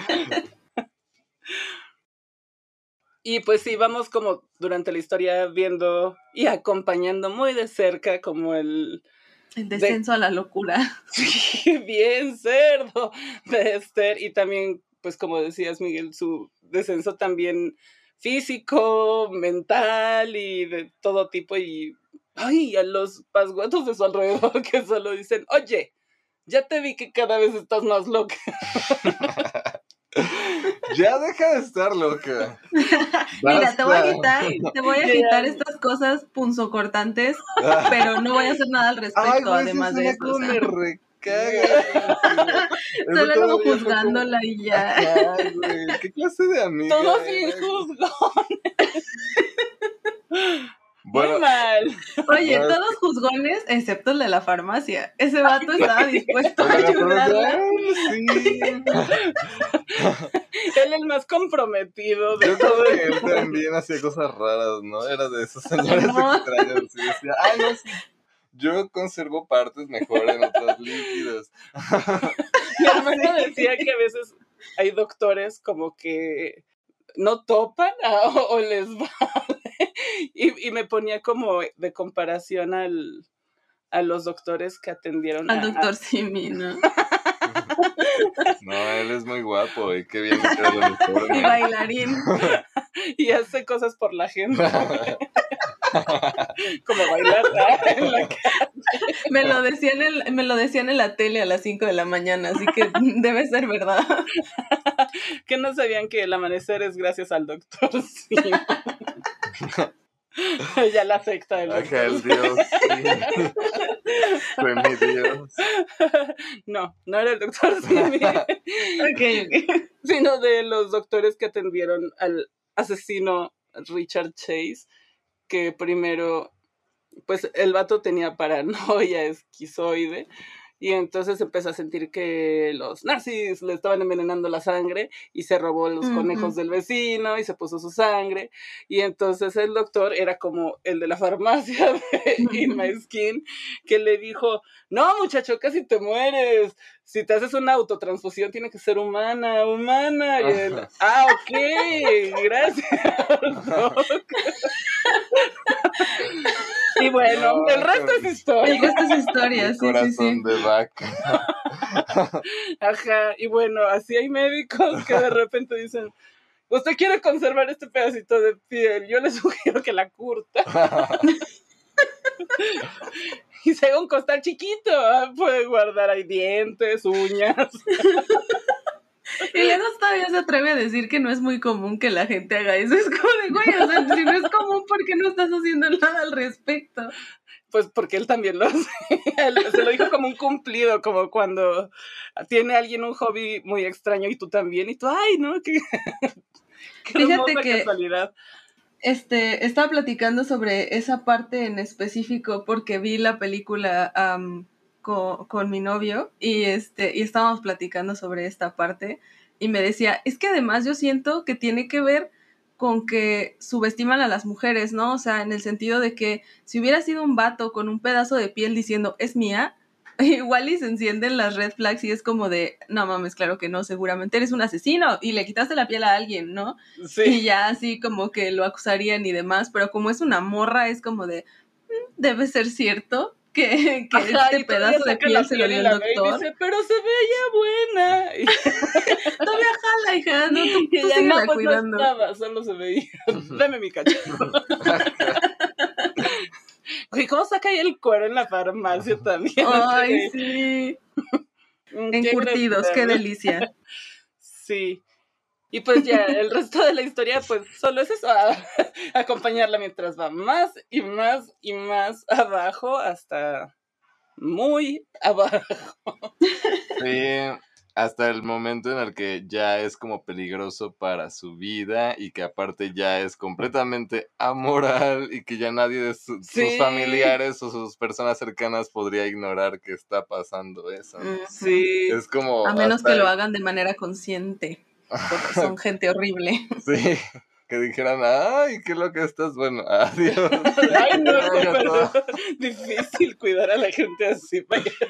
Y pues sí, vamos como durante la historia viendo y acompañando muy de cerca como el... El descenso de... a la locura. Sí, bien cerdo de Esther. Y también, pues como decías, Miguel, su descenso también físico, mental y de todo tipo. Y ay, a los pasguatos de su alrededor que solo dicen, oye, ya te vi que cada vez estás más loca. Ya deja de estar loca. Mira, Basta. te voy a quitar, te voy a quitar estas cosas punzocortantes, pero no voy a hacer nada al respecto, Ay, güey, además de eso. O sea. Me recaga. Solo luego juzgándola como... y ya. Ay, güey, ¿qué clase de amiga? Todos sin juzgones. Bueno, muy mal. Oye, no, todos juzgones, excepto el de la farmacia. Ese vato estaba dispuesto a ayudarla. Sí. Él es el más comprometido de Yo todo. Creo que él también hacía cosas raras, ¿no? Era de esos señores no. extraños. Y decía, ay, no, sí, yo conservo partes mejor en otros líquidos. Mi hermano decía que a veces hay doctores como que no topan o, o les vale. Y, y me ponía como de comparación al, a los doctores que atendieron al a, doctor a... Simi, ¿no? No, él es muy guapo y qué bien que queda el uniforme. Y bailarín. Y hace cosas por la gente. Como bailar en la calle. Me lo decían en, me lo decían en la tele a las cinco de la mañana, así que debe ser verdad. Que no sabían que el amanecer es gracias al doctor sí. Ya la secta del doctor. Ajá, el Dios. Sí. Fue mi Dios. No, no era el doctor Simi. Okay, okay. Sino de los doctores que atendieron al asesino Richard Chase, que primero, pues el vato tenía paranoia esquizoide, y entonces empezó a sentir que los nazis le estaban envenenando la sangre y se robó los uh-huh. conejos del vecino y se puso su sangre. Y entonces el doctor era como el de la farmacia de uh-huh. In My Skin, que le dijo, no muchacho, casi te mueres. Si te haces una autotransfusión tiene que ser humana, humana. Y él, ah, ok, gracias, doc. Y bueno, no, el resto no. es historia. El resto es historia, Mi sí, corazón sí, sí. de vaca. Ajá, y bueno, así hay médicos que de repente dicen, usted quiere conservar este pedacito de piel, yo le sugiero que la curta. Y se haga un costal chiquito, puede guardar ahí dientes, uñas. Y luego todavía se atreve a decir que no es muy común que la gente haga eso. Es como de, güey, o sea, si no es común, ¿por qué no estás haciendo nada al respecto? Pues porque él también lo hace. Él se lo dijo como un cumplido, como cuando tiene alguien un hobby muy extraño y tú también, y tú, ay, ¿no? Qué, qué Fíjate que casualidad. Este, estaba platicando sobre esa parte en específico porque vi la película um, con, con mi novio y, este, y estábamos platicando sobre esta parte y me decía, es que además yo siento que tiene que ver con que subestiman a las mujeres, ¿no? O sea, en el sentido de que si hubiera sido un vato con un pedazo de piel diciendo, es mía, igual y se encienden las red flags y es como de, no mames, claro que no, seguramente eres un asesino y le quitaste la piel a alguien, ¿no? Sí. Y ya así como que lo acusarían y demás, pero como es una morra es como de, mm, debe ser cierto que, que Ajá, este pedazo de piel se lo dio el doctor. Dice, pero se veía buena. Y... todavía jala, hija, no, tú, tú ya, síguela no, pues cuidando. No estaba, solo se veía. Dame mi cachorro. Oye, ¿cómo saca ahí el cuero en la farmacia también? Ay, sí. Encurtidos, qué delicia. Sí. Y pues ya, el resto de la historia, pues solo es eso, a, a acompañarla mientras va más y más y más abajo, hasta muy abajo. Sí, hasta el momento en el que ya es como peligroso para su vida y que aparte ya es completamente amoral y que ya nadie de su, sí. sus familiares o sus personas cercanas podría ignorar que está pasando eso, ¿no? Sí. Es como... A menos que lo hagan de manera consciente, porque son gente horrible. Sí, que dijeran, ay, qué lo que estás, bueno, adiós. Ay, no, no, difícil cuidar a la gente así.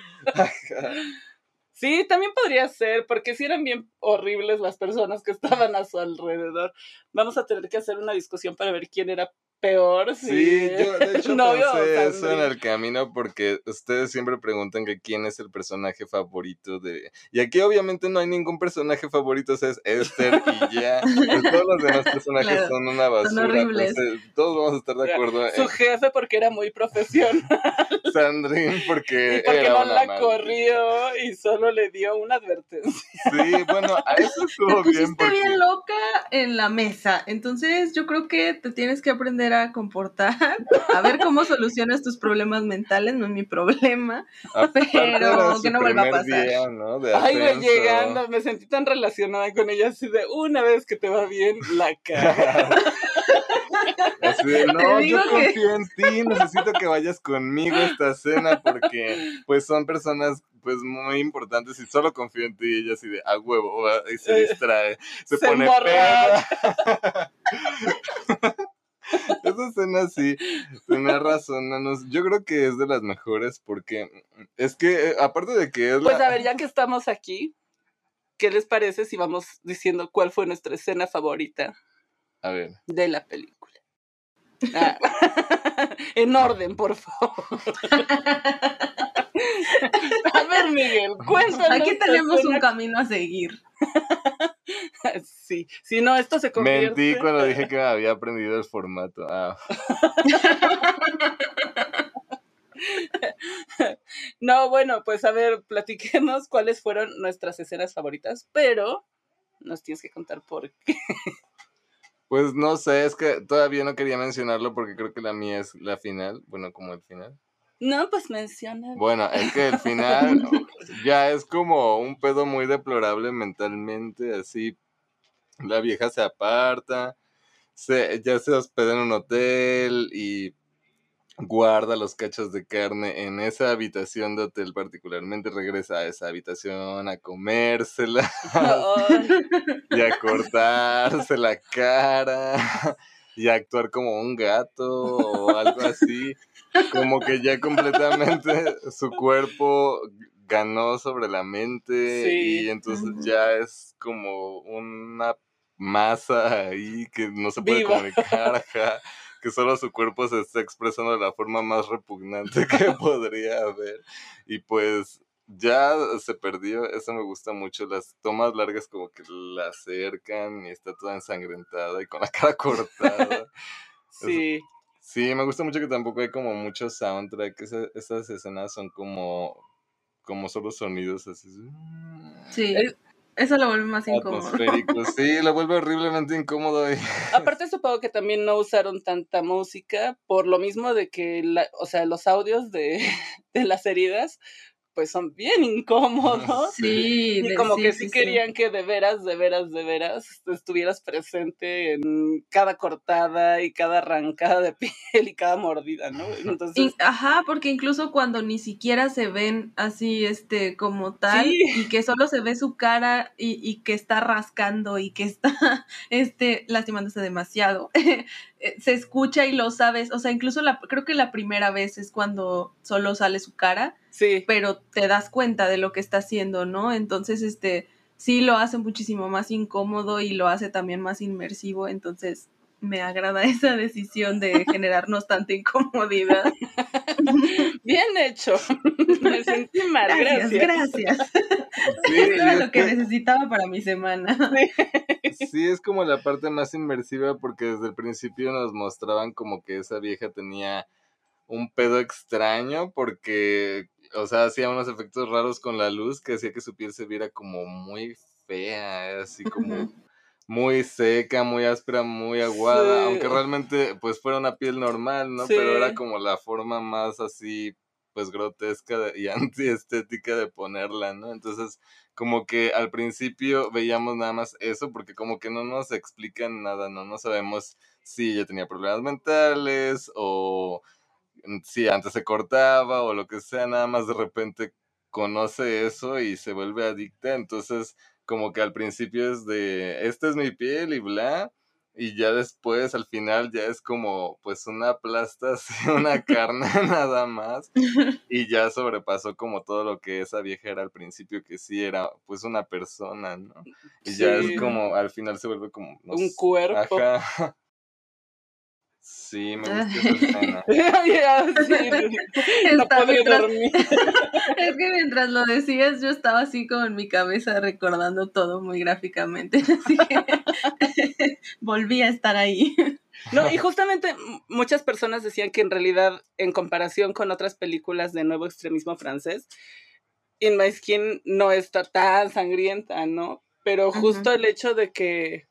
Sí, también podría ser, porque sí eran bien horribles las personas que estaban a su alrededor. Vamos a tener que hacer una discusión para ver quién era peor. Sí, sí yo de hecho novio pensé eso en el camino porque ustedes siempre preguntan que quién es el personaje favorito de... Y aquí obviamente no hay ningún personaje favorito, o sea, es Esther y ya. Pues todos los demás personajes claro, son una basura. Son horribles. Entonces, todos vamos a estar de acuerdo. Su en... jefe porque era muy profesional. Sandrine porque, y porque era no una la maldita. corrió y solo le dio una advertencia. Sí, bueno, a eso estuvo te bien. Te porque... bien loca en la mesa, entonces yo creo que te tienes que aprender a comportar, a ver cómo solucionas tus problemas mentales, no es mi problema, aparte pero que no vuelva a pasar. Día, ¿no? De Ay, güey, llegando, me sentí tan relacionada con ella, así de una vez que te va bien, la cara. Así de, no, yo confío que... en ti, necesito que vayas conmigo a esta cena porque pues son personas pues muy importantes y solo confío en ti. Y ella así de, a huevo, y se distrae, se, se pone peda. Esa escena sí, tenés razón, nanos. Yo creo que es de las mejores porque es que, aparte de que es Pues la... a ver, ya que estamos aquí, ¿qué les parece si vamos diciendo cuál fue nuestra escena favorita? A ver. De la película. Ah. En orden, por favor. A ver, Miguel, cuéntanos. Aquí tenemos escena... un camino a seguir. Sí, si no, esto se convierte... Mentí cuando dije que me había aprendido el formato. Ah. No, bueno, pues a ver, platiquemos cuáles fueron nuestras escenas favoritas, pero nos tienes que contar por qué. Pues no sé, es que todavía no quería mencionarlo porque creo que la mía es la final, bueno, como el final. No, pues menciona. Bueno, es que el final ya es como un pedo muy deplorable mentalmente, así, la vieja se aparta, se, ya se hospeda en un hotel y guarda los cachos de carne en esa habitación de hotel, particularmente regresa a esa habitación a comérsela oh. y a cortarse la cara y a actuar como un gato o algo así, como que ya completamente su cuerpo ganó sobre la mente sí. y entonces uh-huh. ya es como una masa ahí que no se puede Viva. comunicar, ajá. Que solo su cuerpo se está expresando de la forma más repugnante que podría haber. Y pues ya se perdió, eso me gusta mucho, las tomas largas como que la acercan y está toda ensangrentada y con la cara cortada. Es- Sí. sí, me gusta mucho que tampoco hay como mucho soundtrack, esa- esas escenas son como, como solo sonidos así. Sí, Es- eso lo vuelve más incómodo. Atmosféricos, sí, lo vuelve horriblemente incómodo. Y Aparte supongo que también no usaron tanta música por lo mismo de que, la, o sea, los audios de, de las heridas pues son bien incómodos Sí, y de- como sí, que sí, sí sí. querían que de veras, de veras, de veras estuvieras presente en cada cortada y cada arrancada de piel y cada mordida, ¿no? Entonces, In- ajá, porque incluso cuando ni siquiera se ven así, este, como tal, sí, y que solo se ve su cara y, y que está rascando y que está, este, lastimándose demasiado, eh, se escucha y lo sabes, o sea, incluso la, creo que la primera vez es cuando solo sale su cara, sí. pero te das cuenta de lo que está haciendo, ¿no? Entonces, este, sí lo hace muchísimo más incómodo y lo hace también más inmersivo, entonces me agrada esa decisión de generarnos tanta incomodidad. Bien hecho. Me sentí mal, Gracias, gracias. gracias. sí, Esto y era es lo que que- necesitaba para mi semana. sí, es como la parte más inmersiva porque desde el principio nos mostraban como que esa vieja tenía un pedo extraño porque, o sea, hacía unos efectos raros con la luz que hacía que su piel se viera como muy fea, así como muy seca, muy áspera, muy aguada, aunque Sí, realmente pues fuera una piel normal, ¿no? Pero era sí. como la forma más así pues grotesca de- y antiestética de ponerla, ¿no? Entonces, como que al principio veíamos nada más eso porque como que no nos explican nada, ¿no? No sabemos si ella tenía problemas mentales o si antes se cortaba o lo que sea, nada más de repente conoce eso y se vuelve adicta, entonces como que al principio es de, esta es mi piel y bla, y ya después al final ya es como pues una plasta, así, una carne nada más, y ya sobrepasó como todo lo que esa vieja era al principio, que sí era pues una persona, ¿no? Y ya es Sí, como, al final se vuelve como, no un sé, cuerpo. ajá, sí, me gusta esa escena. Ya, sí, no Está, podía mientras, dormir. es que mientras lo decías, yo estaba así como en mi cabeza recordando todo muy gráficamente. Así que volví a estar ahí. No, y justamente m- muchas personas decían que en realidad, en comparación con otras películas de nuevo extremismo francés, In My Skin no está tan sangrienta, ¿no? Pero justo Ujú. el hecho de que,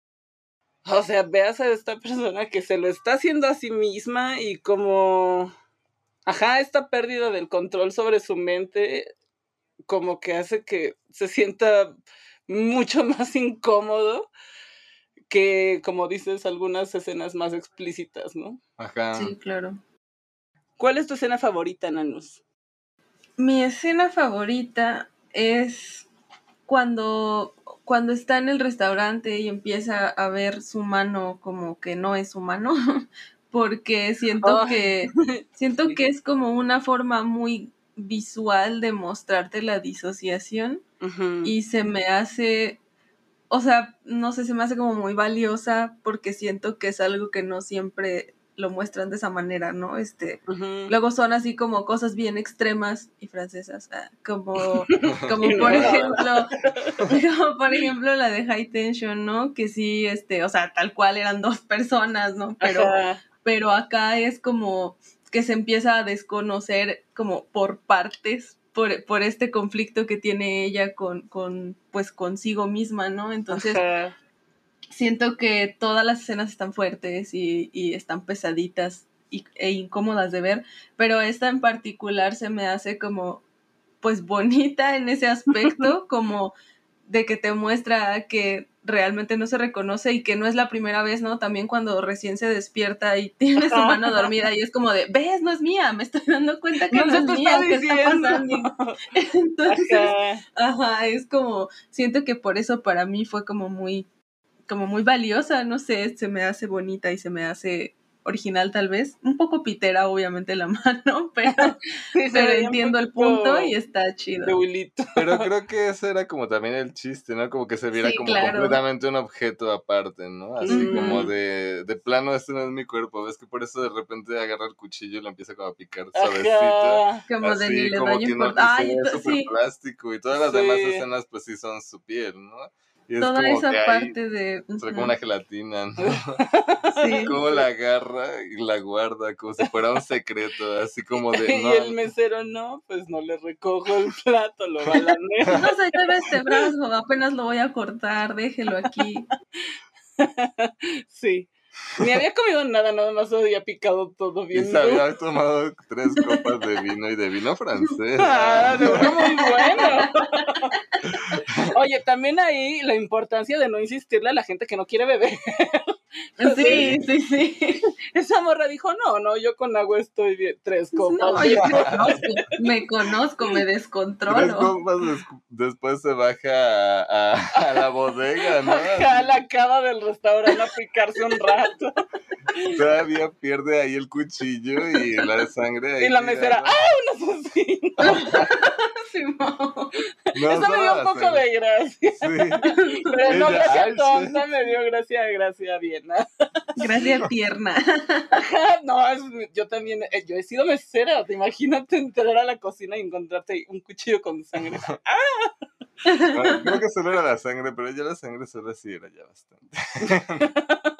o sea, veas a esta persona que se lo está haciendo a sí misma y como, ajá, esta pérdida del control sobre su mente, como que hace que se sienta mucho más incómodo que, como dices, algunas escenas más explícitas, ¿no? Ajá. Sí, claro. ¿Cuál es tu escena favorita, Nanus? Mi escena favorita es cuando, cuando está en el restaurante y empieza a ver su mano como que no es su mano, porque siento Ay, que, siento sí. que es como una forma muy visual de mostrarte la disociación Ujú, y se me hace, o sea, no sé, se me hace como muy valiosa porque siento que es algo que no siempre lo muestran de esa manera, ¿no? Este, ujú. luego son así como cosas bien extremas y francesas, ah, como, Y como no por era ejemplo, como por ejemplo la de High Tension, ¿no? Que sí, este, o sea, tal cual eran dos personas, ¿no? Pero, Ajá. pero acá es como que se empieza a desconocer como por partes, por, por este conflicto que tiene ella con, con, pues consigo misma, ¿no? Entonces, Ajá. siento que todas las escenas están fuertes y, y están pesaditas y, e incómodas de ver, pero esta en particular se me hace como, pues bonita en ese aspecto, como de que te muestra que realmente no se reconoce y que no es la primera vez, ¿no? También cuando recién se despierta y tiene su Ajá. mano dormida y es como de, ves, no es mía, me estoy dando cuenta que No no se es te mía, está ¿qué está diciendo. pasando? Entonces, Ajá. ajá, es como, siento que por eso para mí fue como muy, como muy valiosa, no sé, se me hace bonita y se me hace original tal vez, un poco pitera obviamente la mano, pero, sí, pero entiendo el punto y está chido. Pero creo que ese era como también el chiste, ¿no? Como que se viera sí, como claro. completamente un objeto aparte, ¿no? Así mm-hmm. como de, de plano, este no es mi cuerpo, ves que por eso de repente agarra el cuchillo y lo empieza como a picar suavecito. Como así, de ni le como doy que import- no, Ay, es súper sí. plástico y todas las sí. demás escenas pues sí son su piel, ¿no? Y es Toda como esa que parte hay, de... Uh-huh. como una gelatina, ¿no? Sí. Como la agarra y la guarda como si fuera un secreto, así como de... No. Y el mesero no, pues no le recojo el plato, lo balaneo. No se lleve este brazo, apenas lo voy a cortar, déjelo aquí. Sí. Ni había comido nada, nada más había picado todo bien. Y se había tomado tres copas de vino y de vino francés. Ah, de uno muy bueno. Oye, también ahí la importancia de no insistirle a la gente que no quiere beber. Sí, sí, sí. Esa morra dijo, no, no, yo con agua estoy bien. Tres copas. No, yo me conozco, me conozco, me descontrolo. Tres copas des- después se baja a, a, a la bodega, ¿no? A la cava del restaurante a picarse un rato. Todavía pierde ahí el cuchillo y la sangre ahí. Y la mesera, ¡ah, un asesino! Sí, no. Eso me dio un poco sangre. de gracia. Sí. Pero no, gracia Ay, tonta, sí. me dio gracia, gracia bien. Gracia tierna. No, es, yo también, yo he sido mesera, te imagínate entrar a la cocina y encontrarte un cuchillo con sangre. ¡Ah! Bueno, creo que solo era la sangre, pero ya la sangre solo sí era ya bastante.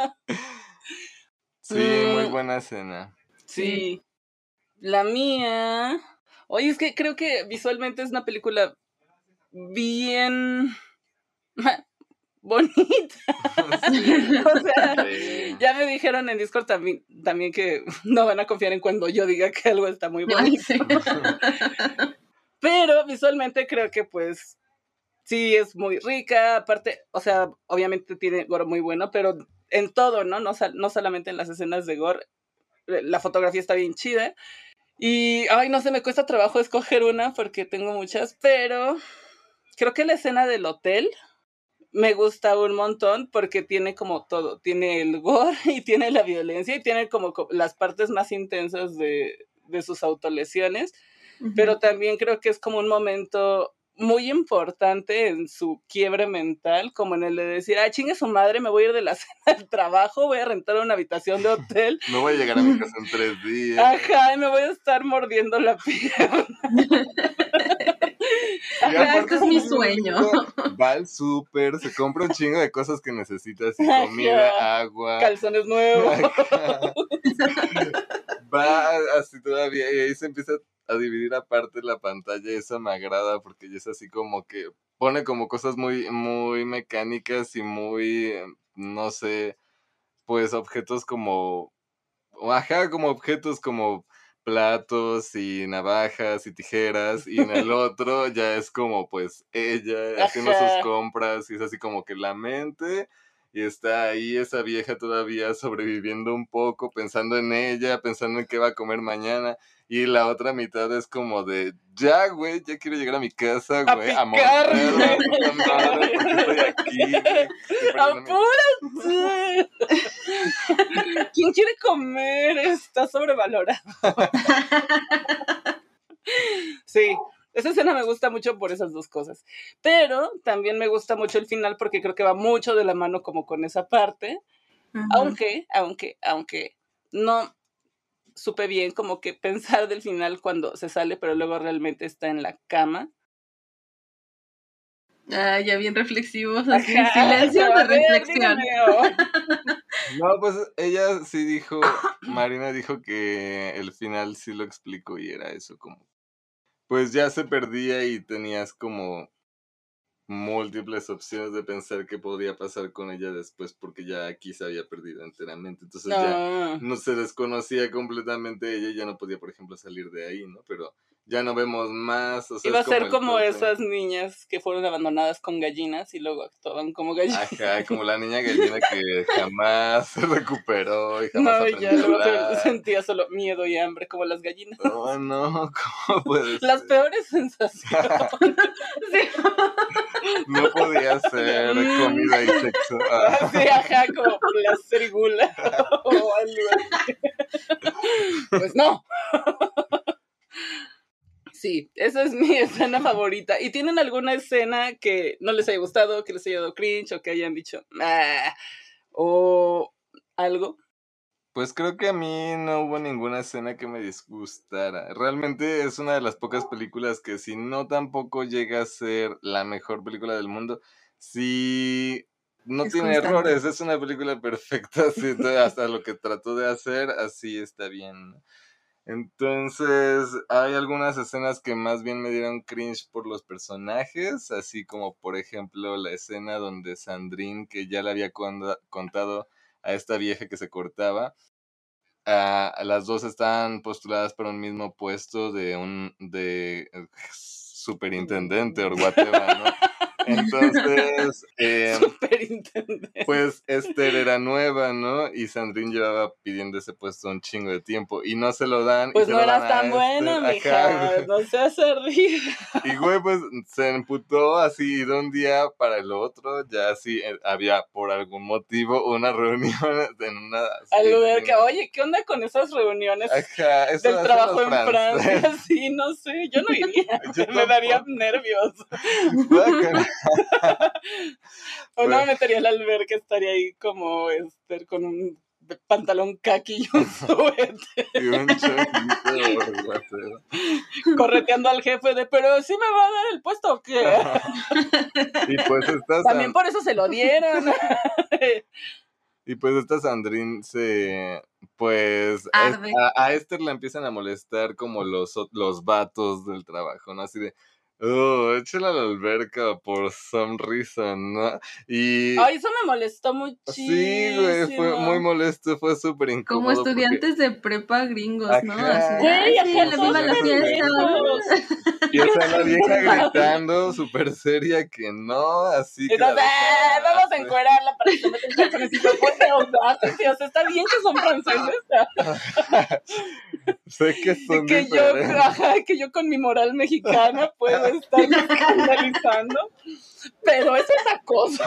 Sí, muy buena escena. Sí. La mía... Oye, es que creo que visualmente es una película bien... bonita. Sí. O sea, sí. Ya me dijeron en Discord también, también que no van a confiar en cuando yo diga que algo está muy bonito. Sí. Pero visualmente creo que pues sí es muy rica, aparte, o sea, obviamente tiene gore muy bueno, pero en todo, ¿no? No, no solamente en las escenas de gore, la fotografía está bien chida. Y, ay, no sé, me cuesta trabajo escoger una porque tengo muchas, pero creo que la escena del hotel me gusta un montón porque tiene como todo, tiene el gore y tiene la violencia y tiene como las partes más intensas de, de sus autolesiones, uh-huh. Pero también creo que es como un momento muy importante en su quiebre mental, como en el de decir, ah, chingue su madre, me voy a ir de la cena del trabajo, voy a rentar una habitación de hotel. No voy a llegar a mi casa en tres días. Ajá, y me voy a estar mordiendo la pierna. Ajá, este es mi sueño. Va al súper, se compra un chingo de cosas que necesitas, y comida, Ajá. agua. Calzones nuevos. Ajá. Va así todavía, y ahí se empieza a dividir aparte la pantalla, y eso me agrada porque es así como que pone como cosas muy, muy mecánicas y muy, no sé, pues objetos como, ajá, como objetos como platos y navajas y tijeras, y en el otro ya es como pues ella haciendo ajá. sus compras, y es así como que la mente... Y está ahí esa vieja todavía sobreviviendo un poco, pensando en ella, pensando en qué va a comer mañana. Y la otra mitad es como de, ya, güey, ya quiero llegar a mi casa, güey. A picarme. Madre, ¿por qué estoy aquí, güey? ¡Apúrate! ¿Quién quiere comer? Está sobrevalorado. Sí. Esa escena me gusta mucho por esas dos cosas, pero también me gusta mucho el final porque creo que va mucho de la mano como con esa parte, uh-huh. aunque, aunque, aunque no supe bien como que pensar del final cuando se sale, pero luego realmente está en la cama. Ah, ya bien reflexivos, así, Ajá, silencio de reflexión. No, pues ella sí dijo, Marina dijo que el final sí lo explicó y era eso como... Pues ya se perdía y tenías como múltiples opciones de pensar qué podría pasar con ella después, porque ya aquí se había perdido enteramente. Entonces no. ya no se desconocía completamente ella y ya no podía, por ejemplo, salir de ahí, ¿no? Pero ya no vemos más. O sea, iba a es como ser el como corte. esas niñas que fueron abandonadas con gallinas y luego actuaban como gallinas. Ajá, como la niña gallina que jamás se recuperó y jamás No, y aprendió ya a luego se- hablar. sentía solo miedo y hambre como las gallinas. Oh, no, ¿cómo puede Las ser? peores sensaciones. Sí. No podía ser Mm. comida y sexo. Ah. Así, ajá, como placer y gula o algo así. Pues no. Sí, esa es mi escena favorita. ¿Y tienen alguna escena que no les haya gustado, que les haya dado cringe o que hayan dicho "Ah", o algo? Pues creo que a mí no hubo ninguna escena que me disgustara. Realmente es una de las pocas películas que si no tampoco llega a ser la mejor película del mundo, sí no Es tiene constante. errores, es una película perfecta, sí, todo- hasta lo que trató de hacer, así está bien, ¿no? Entonces, hay algunas escenas que más bien me dieron cringe por los personajes, así como por ejemplo la escena donde Sandrine, que ya le había conda- contado a esta vieja que se cortaba, ah, las dos están postuladas para un mismo puesto de un de eh, superintendente o whatever, ¿no? Entonces, eh, Superintendente. pues Esther era nueva, ¿no? Y Sandrine llevaba pidiendo ese puesto un chingo de tiempo y no se lo dan. Pues y se no lo eras dan a tan Esther. buena, Ajá, mija. güey. No seas ardida. Y güey, pues se emputó así de un día para el otro. Ya así eh, había por algún motivo una reunión en una. Algo de que, piscina. oye, ¿qué onda con esas reuniones Ajá, eso del hacen trabajo los en Francia? franceses. Sí, no sé, yo no iría. Yo Me daría tampoco. nervios. Guácala. O no me Pues, metería en la alberca, estaría ahí como Esther con un pantalón kaki y un suéter, y un chonguito guatero. correteando al jefe de, pero ¿sí me va a dar el puesto o qué? Y pues estás También por eso se lo dieron. Y pues esta Sandrine se, pues, es- Arde. a, a Esther la empiezan a molestar como los, o- los vatos del trabajo, ¿no? Así de, oh, échala a la alberca por some reason, ¿no? Y Ay, eso me molestó sí, güey, fue muy muchísimo. molesto, fue súper Como incómodo porque, estudiantes de prepa gringos, ¿no? ajá, Así de, Güey, ay, sí, ajá, le como viva la todos estudiantes fiesta. pendejos. y o sea, la Sí, vieja qué mal. gritando súper seria que no, así que la Entonces, ah, dejara vamos a hacer. encuerarla para que se meta en calzones y se puede audácese. O sea, está bien que son franceses. Sé que Y son que yo, diferentes. ajá, que yo con mi moral mexicana puedo estarme escandalizando. Pero eso es acoso.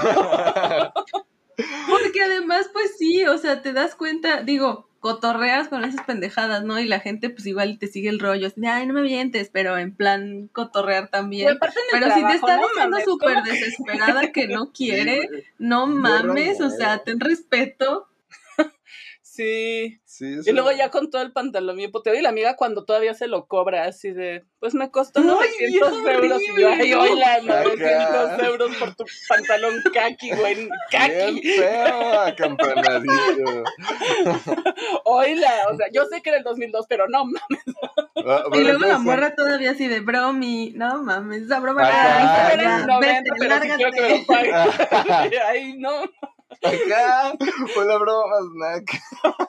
Porque además, pues sí, o sea, te das cuenta, digo, cotorreas con esas pendejadas, ¿no? Y la gente, pues igual te sigue el rollo, así de, ay, no me mientes, pero en plan cotorrear Y también. aparte en el Pero si te trabajo, está no diciendo mames, súper ¿cómo que? desesperada que no Sí, quiere, güey. no Morra mames, o sea, nueva. ten respeto. Sí. Sí, Y eso. luego ya con todo el pantalón bien poteo y la amiga cuando todavía se lo cobra así de, pues me costó ¡Ay, novecientos vieja euros y yo, horrible! ay, No. oiga, novecientos Acá. euros por tu pantalón kaki, güey, Bien kaki. feo, acampanadillo. Oila, o sea, yo sé que era el dos mil dos, pero no mames. Ah, Y pero luego la entonces, morra todavía así de bromi, no mames, esa broma Acá. era Ay, risa, pero eran ya, mis noventa, vete, pero sí quiero que me lo lárgate. pague. Ay, no. acá fue la broma más naca.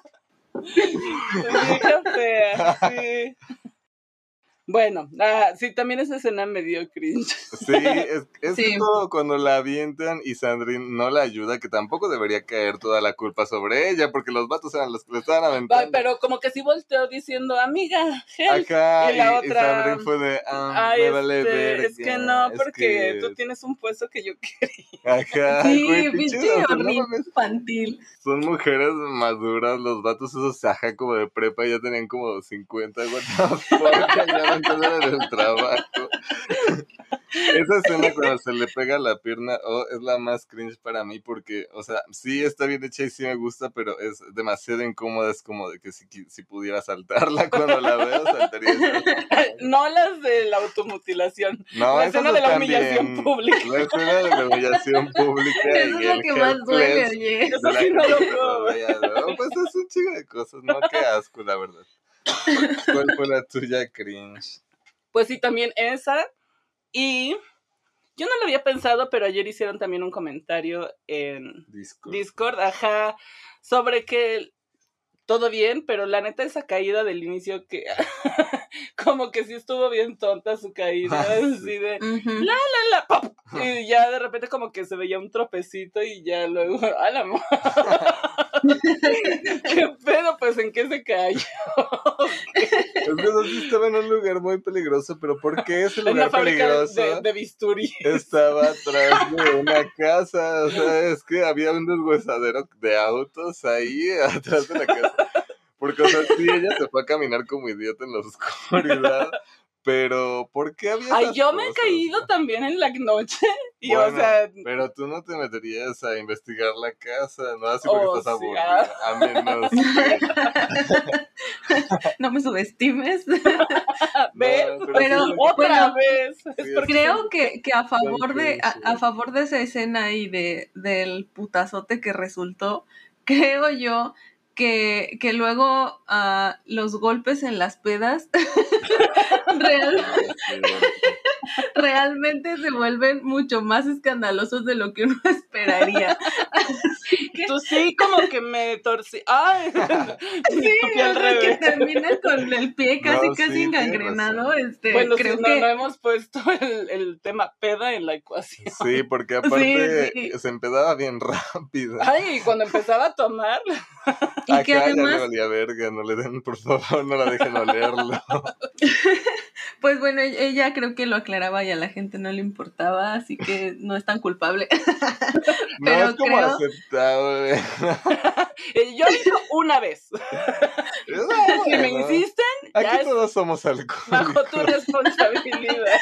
Vieja fea, sí. Bueno, ah, sí, también esa escena me dio cringe. Sí, es, es que Sí. todo cuando la avientan y Sandrine no la ayuda, que tampoco debería caer toda la culpa sobre ella, porque los vatos eran los que le estaban Ay, aventando. pero como que sí volteó diciendo, amiga, help. Acá, Y la y, y otra, Sandrine fue de, ah, ay, me vale este, verga. es que no, es porque que... tú tienes un puesto que yo quería. Ajá, güey, Sí, pinches, pinche o sea, no horrible mames. infantil. Son mujeres maduras, los vatos esos ajá como de prepa ya tenían como cincuenta, what the fuck, ya no entienden en el trabajo. Esa escena cuando se le pega la pierna, oh, es la más cringe para mí porque, o sea, sí está bien hecha y sí me gusta, pero es demasiado incómoda, es como de que si, si pudiera saltarla cuando la veo, saltaría esa. No las de la automutilación, No, la esas escena de la están humillación bien. pública. La escena de la humillación pública Eso y es el lo que más duele, helpless oye. de Eso la sí no gente lo que te puedo ver. rodea, ¿no? Pues es un chingo de cosas, ¿no? Qué asco, la verdad. ¿Cuál fue la tuya, cringe? Pues sí, también esa. Y yo no lo había pensado, pero ayer hicieron también un comentario en Discord. Discord, ajá, sobre que todo bien, pero la neta esa caída del inicio que como que sí estuvo bien tonta su caída, así de Ujú. la la la pop, y ya de repente como que se veía un tropecito y ya luego, a la mo- ¿qué pedo? Pues ¿en qué se cayó? Es que no, sí estaba en un lugar muy peligroso, pero ¿por qué ese En la lugar fábrica peligroso de, de bisturí. estaba atrás de una casa? O sea, es que había un deshuesadero de autos ahí atrás de la casa. Porque, o sea, sí, ella se fue a caminar como idiota en la oscuridad, pero ¿por qué había Ay, esas yo me he cosas? caído también en la noche. Y Bueno, o sea, pero tú no te meterías a investigar la casa, ¿no? Así porque oh, estás sí, aburrida, ah. a menos que... No me subestimes. ¿Ves? No, pero sí Pero es- Otra bueno, vez. sí Es es- porque creo siento que, que a favor de a, a intenso. favor de esa escena y de del putazote que resultó, creo yo que, que luego ah, los golpes en las pedas real- Ah, es cierto. realmente se vuelven mucho más escandalosos de lo que uno esperaría. Así que tú sí como que me torcí. Ay, sí, mi tu pie o al sea, que revés. termina con el pie casi No, casi sí, tienes engangrenado. razón. Este, Bueno, sí, creo no, no que hemos puesto el, el tema peda en la ecuación. Sí, porque sí, aparte sí. se empedaba bien rápido. Ay, y cuando empezaba a tomar, Y que Acá ya le además, valía verga, no le den, por favor, no la dejen olerlo. pues bueno, e- ella creo que lo aclaraba y a la gente no le importaba, así que no es tan culpable. No, es Pero como creo, aceptable. yo aviso una vez. Es Si me bueno. insisten, Aquí ya es todos somos bajo tu alcohólicos. responsabilidad.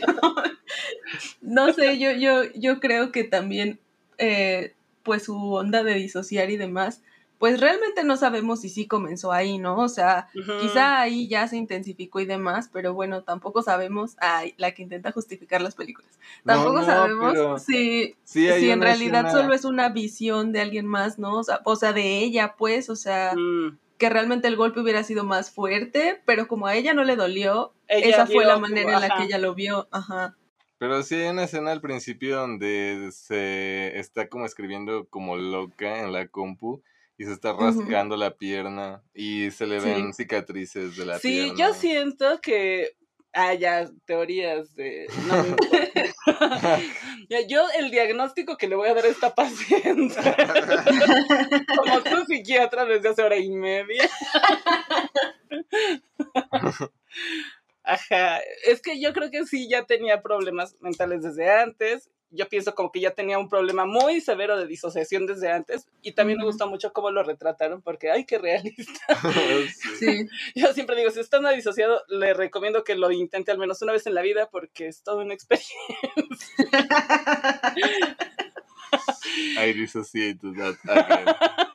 no sé, yo, yo, yo creo que también, eh, pues su onda de disociar y demás, pues realmente no sabemos si sí comenzó ahí, ¿no? O sea, Ujú. quizá ahí ya se intensificó y demás, pero bueno, tampoco sabemos, ay, la que intenta justificar las películas, No, tampoco no, sabemos pero si, sí hay si en una realidad escena. solo es una visión de alguien más, ¿no? O sea, o sea, de ella, pues, o sea, Mm. que realmente el golpe hubiera sido más fuerte, pero como a ella no le dolió, Ella esa fue vio la como, manera en la ajá. que ella lo vio, ajá. Pero sí hay una escena al principio donde se está como escribiendo como loca en la compu y se está Ujú. rascando la pierna y se le Sí. ven cicatrices de la Sí, pierna. yo siento que. Ah, ya, teorías de. No me importa. Ya, yo, el diagnóstico que le voy a dar a esta paciente, como su psiquiatra desde hace hora y media. Ajá, es que yo creo que sí ya tenía problemas mentales desde antes. Yo pienso como que ya tenía un problema muy severo de disociación desde antes. Y también me Ujú. gusta mucho cómo lo retrataron, porque ay, qué realista. Sí. Sí. Yo siempre digo, si está no disociado, le recomiendo que lo intente al menos una vez en la vida, porque es toda una experiencia. I dissociated that again.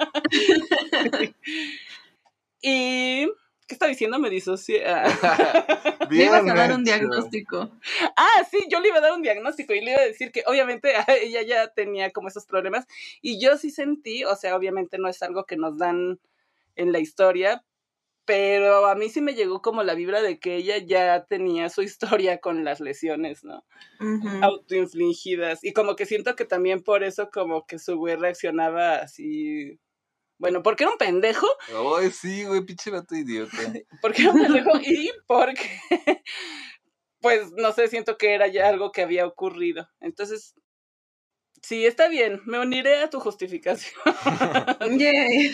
Y... ¿qué está diciendo? Me disocié. Ah. Le ibas Bien a dar un hecho. diagnóstico. Ah, sí, yo le iba a dar un diagnóstico y le iba a decir que obviamente ella ya tenía como esos problemas y yo sí sentí, o sea, obviamente no es algo que nos dan en la historia, pero a mí sí me llegó como la vibra de que ella ya tenía su historia con las lesiones, ¿no? Ujú. Autoinfligidas y como que siento que también por eso como que su güey reaccionaba así... Bueno, porque era un pendejo, Ay, sí, güey, pinche vato idiota. porque era un pendejo y porque, pues, no sé, siento que era ya algo que había ocurrido. Entonces, sí, está bien, me uniré a tu justificación. Yay.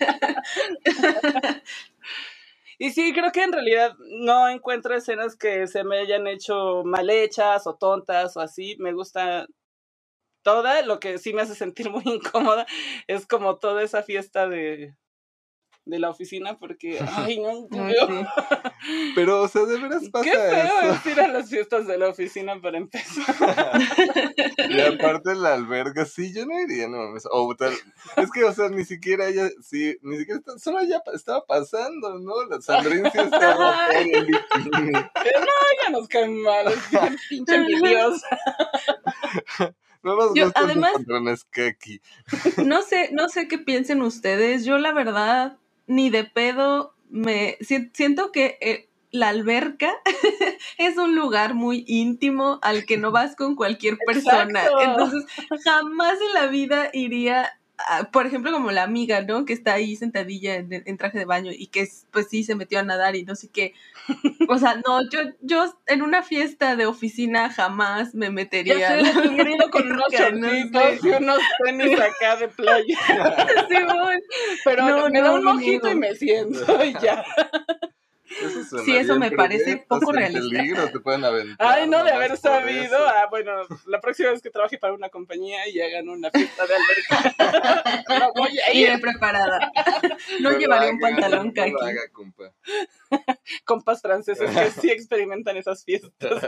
Y sí, creo que en realidad no encuentro escenas que se me hayan hecho mal hechas o tontas o así. Me gusta toda, lo que sí me hace sentir muy incómoda es como toda esa fiesta de, de la oficina porque, ay, no, qué Ay, feo. sí. Pero, o sea, de veras Qué pasa feo eso. es ir a las fiestas de la oficina para empezar. Y aparte la alberga, sí, yo no iría, no mames. O tal, es que, o sea, ni siquiera ella, sí, ni siquiera, está- solo ella pa- estaba pasando, ¿no? La Sandrine sí estaba ahí en bikini. Ya nos caen mal, es bien pinche envidiosa. No nos Yo, gusta además, el pantaloneskaki. no sé, no sé qué piensen ustedes. Yo la verdad, ni de pedo, me si- siento que eh, la alberca es un lugar muy íntimo al que no vas con cualquier persona. Exacto. Entonces, jamás en la vida iría por ejemplo, como la amiga, ¿no? Que está ahí sentadilla en, en traje de baño y que pues sí se metió a nadar y no sé qué. O sea, no, yo, yo en una fiesta de oficina jamás me metería. Ya sé, te hubiera ido con unos shortcitos no sé. y unos tenis acá de playa. Sí, bueno. Pero no, me no, da un mojito no. y me siento y ya. Eso sí, eso me parece poco realista. Peligro, te pueden aventar, Ay, no, de haber sabido. Ah, bueno, la próxima vez que trabaje para una compañía y hagan una fiesta de alberca. No voy a ir. Iré preparada. No, no llevaré un pantalón no caqui. Lo haga, compa. Compas franceses que sí experimentan esas fiestas.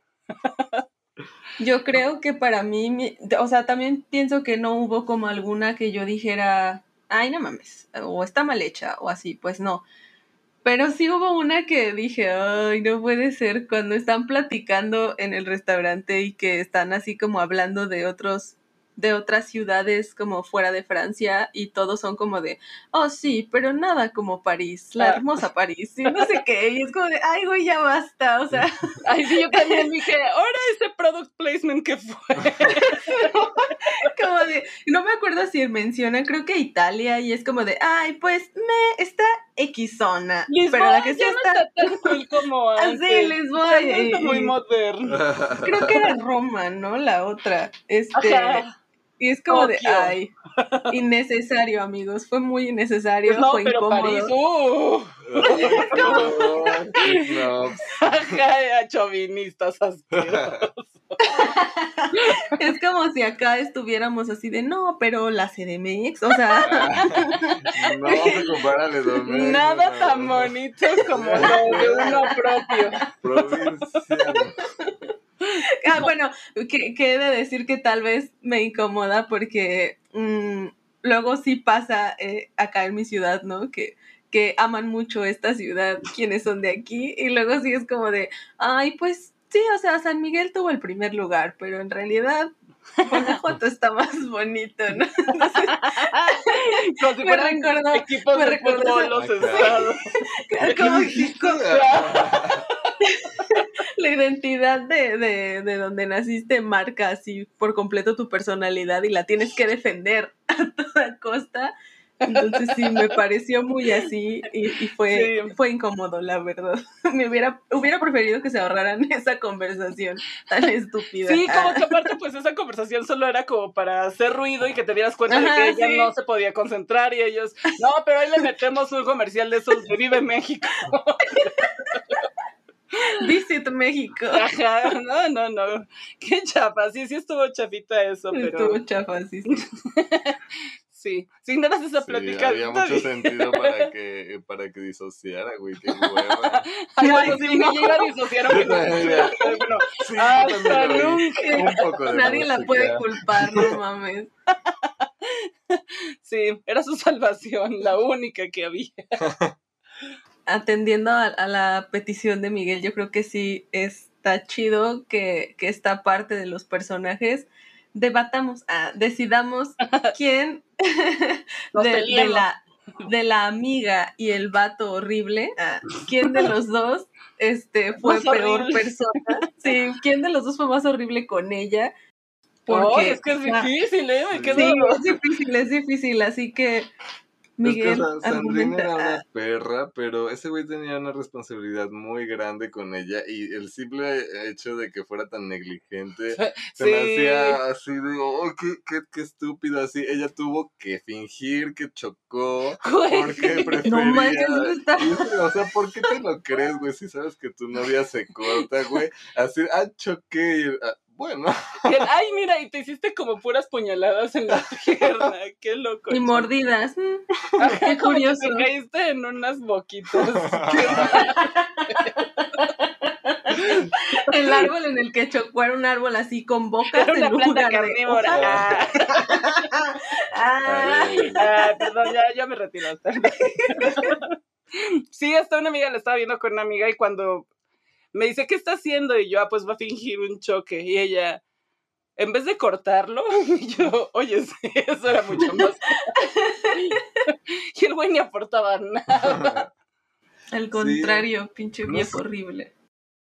Yo creo que para mí, o sea, también pienso que no hubo como alguna que yo dijera, ay, no mames, o está mal hecha, o así, pues no. Pero sí hubo una que dije, ay, no puede ser, cuando están platicando en el restaurante y que están así como hablando de otros, de otras ciudades como fuera de Francia y todos son como de, oh sí, pero nada como París, la hermosa París, y no sé qué, y es como de, ay, güey, ya basta, o sea. Ay, sí, yo también dije, ahora ese product placement que fue. Como de, no me acuerdo si menciona, creo que Italia, y es como de, ay, pues, me, está X zona. Lisboa pero la que sí ya está... no está tan cool como antes. Sí, Lisboa. Ya no está y, muy y, moderno. Creo que era Roma, ¿no? La otra. Este... Ajá. Y es como Tokio. de, ay, innecesario, amigos, fue muy innecesario, no, fue pero incómodo. París, uh. no. Ajá, chovinistas asquerosos. Es como si acá estuviéramos así de, no, pero la C D M X, o sea... no se compara a Ledomex. Nada no. tan bonito como lo de uno propio. Provinciano. Ah, bueno, que, que he de decir que tal vez me incomoda porque mmm, luego sí pasa eh, acá en mi ciudad, ¿no? Que, que aman mucho esta ciudad, quienes son de aquí, y luego sí es como de, ay, pues sí, o sea, San Miguel tuvo el primer lugar, pero en realidad Guanajuato está más bonito, ¿no? Entonces, como si fueran recordó, equipos de fútbol los estados. Como si... La identidad de, de, de donde naciste marca así por completo tu personalidad y la tienes que defender a toda costa. Entonces sí, me pareció muy así y, y fue, sí. fue incómodo, la verdad. Me hubiera, hubiera preferido que se ahorraran esa conversación tan estúpida. Sí, como que aparte pues esa conversación solo era como para hacer ruido y que te dieras cuenta Ajá, de que ella sí. no se podía concentrar y ellos, no, pero ahí le metemos un comercial de esos de Vive México. Visit México. Ajá, no, no, no. Qué chafa, sí, sí estuvo chafita eso, pero... Estuvo chafa, sí, sí. Sí, si ignoras esa sí, plática... había mucho bien. sentido para que, para que disociara, güey, qué hueva. Ay, bueno, sí, no. Yo iba a disociar aunque no quisiera, pero bueno, sí, hasta nunca. Un poco de Nadie música. la puede culpar, no mames. Sí, era su salvación, la única que había. Atendiendo a, a la petición de Miguel, yo creo que sí está chido que, que esta parte de los personajes debatamos, ah, decidamos quién de, de, la, de la amiga y el vato horrible, ah, quién de los dos este, fue más peor horrible. persona. Sí, quién de los dos fue más horrible con ella. Porque, oh, es que es difícil, ¿eh? Me quedo... Sí, es difícil, es difícil, así que Miguel, es que, o sea, Sandrine argumenta. era una perra, pero ese güey tenía una responsabilidad muy grande con ella y el simple hecho de que fuera tan negligente sí. se me hacía así de, oh, qué, qué, qué estúpido, así. Ella tuvo que fingir que chocó porque prefería... No manches, está... y, o sea, ¿por qué te lo crees, güey? Si sabes que tu novia se corta, güey. Así, ah, choqué y... Ah, bueno. Ay, mira, y te hiciste como puras puñaladas en la pierna. Qué loco. Y mordidas. Ajá, qué curioso. Te caíste en unas boquitas. El árbol en el que chocó era un árbol así con bocas era una en planta lugar carnívora. De... Ah. Ah. Ah, perdón, ya, ya me retiro. Sí, hasta una amiga la estaba viendo con una amiga y cuando me dice, ¿qué está haciendo? Y yo, ah, pues va a fingir un choque. Y ella, en vez de cortarlo, y yo, oye, sí, eso era mucho más. Y el güey ni aportaba nada. Al contrario, sí. pinche No viejo sé. horrible.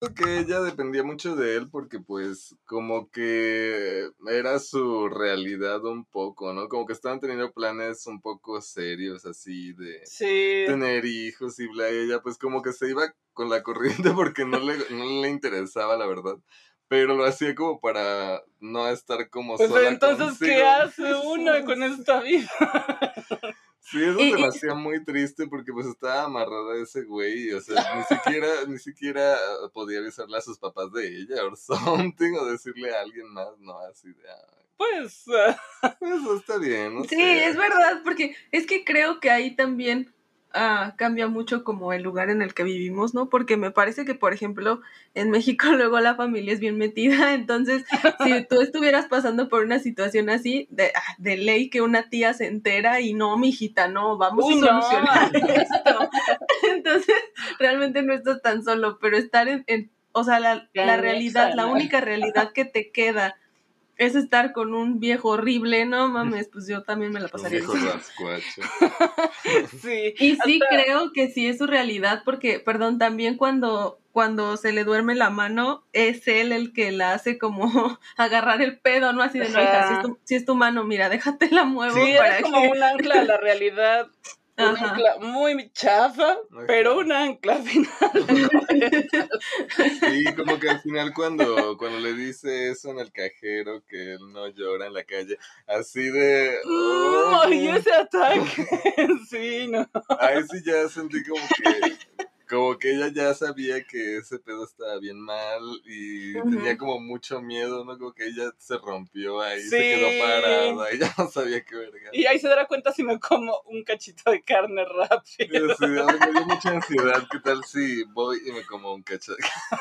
que ella dependía mucho de él porque pues como que era su realidad un poco, ¿no? Como que estaban teniendo planes un poco serios así de Sí. tener hijos y bla, y ella pues como que se iba con la corriente porque no le, no le interesaba la verdad, pero lo hacía como para no estar como Pues sola entonces, consigo. ¿qué hace uno con esta vida? Sí, eso Y- se me y- hacía muy triste porque pues estaba amarrada a ese güey, o sea, ni siquiera, ni siquiera podía avisarle a sus papás de ella o something, o decirle a alguien más, no, así de, ay, Pues, ah, eso está bien, no Sí, sé. es verdad, porque es que creo que ahí también ah, cambia mucho como el lugar en el que vivimos, ¿no? Porque me parece que, por ejemplo, en México luego la familia es bien metida, entonces si tú estuvieras pasando por una situación así, de, ah, de ley que una tía se entera y no, mijita, no, vamos uy, a no. solucionar esto. Entonces, realmente no estás tan solo, pero estar en, en o sea, la, la realidad, la única realidad que te queda es estar con un viejo horrible, no mames, pues yo también me la Un pasaría viejo difícil. rascuacho. Sí. Y sí hasta- creo que sí es su realidad, porque, perdón, también cuando, cuando se le duerme la mano, es él el que la hace como agarrar el pedo, ¿no? Así de, no, hija, si es Ajá. tu, si es tu mano, mira, déjate la muevo Sí, para era como que... un ancla a la realidad. Un Ajá. ancla muy chafa, Ajá. pero un ancla al final de cuentas. Sí, como que al final cuando, cuando le dice eso en el cajero, que él no llora en la calle, así de... Mm, oh, ay, ese ataque. Sí, no. ahí sí ya sentí como que, como que ella ya sabía que ese pedo estaba bien mal y Ujú. tenía como mucho miedo, ¿no? Como que ella se rompió ahí, Sí. se quedó parada y ya no sabía qué verga. Y ahí se dará cuenta si me como un cachito de carne rápido. Sí, a mí me dio mucha ansiedad. ¿Qué tal si voy y me como un cacho de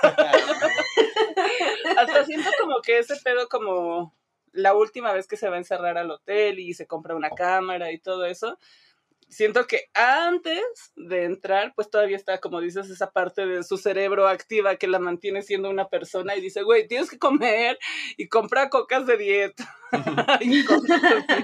Hasta siento como que ese pedo como la última vez que se va a encerrar al hotel y se compra una cámara y todo eso, siento que antes de entrar, pues todavía está, como dices, esa parte de su cerebro activa que la mantiene siendo una persona y dice, güey, tienes que comer y compra cocas de dieta y cosas así.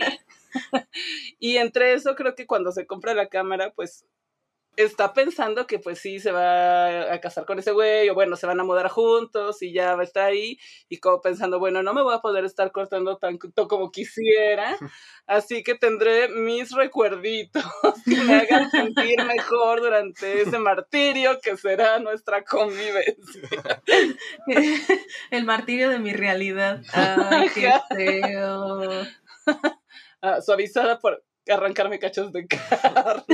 Y entre eso creo que cuando se compra la cámara, pues está pensando que pues sí se va a casar con ese güey, o bueno, se van a mudar juntos y ya va a estar ahí, y como pensando, bueno, no me voy a poder estar cortando tanto como quisiera, así que tendré mis recuerditos que me hagan sentir mejor durante ese martirio que será nuestra convivencia. El martirio de mi realidad. Ay, qué feo. Ah, suavizada por arrancarme cachos de carne.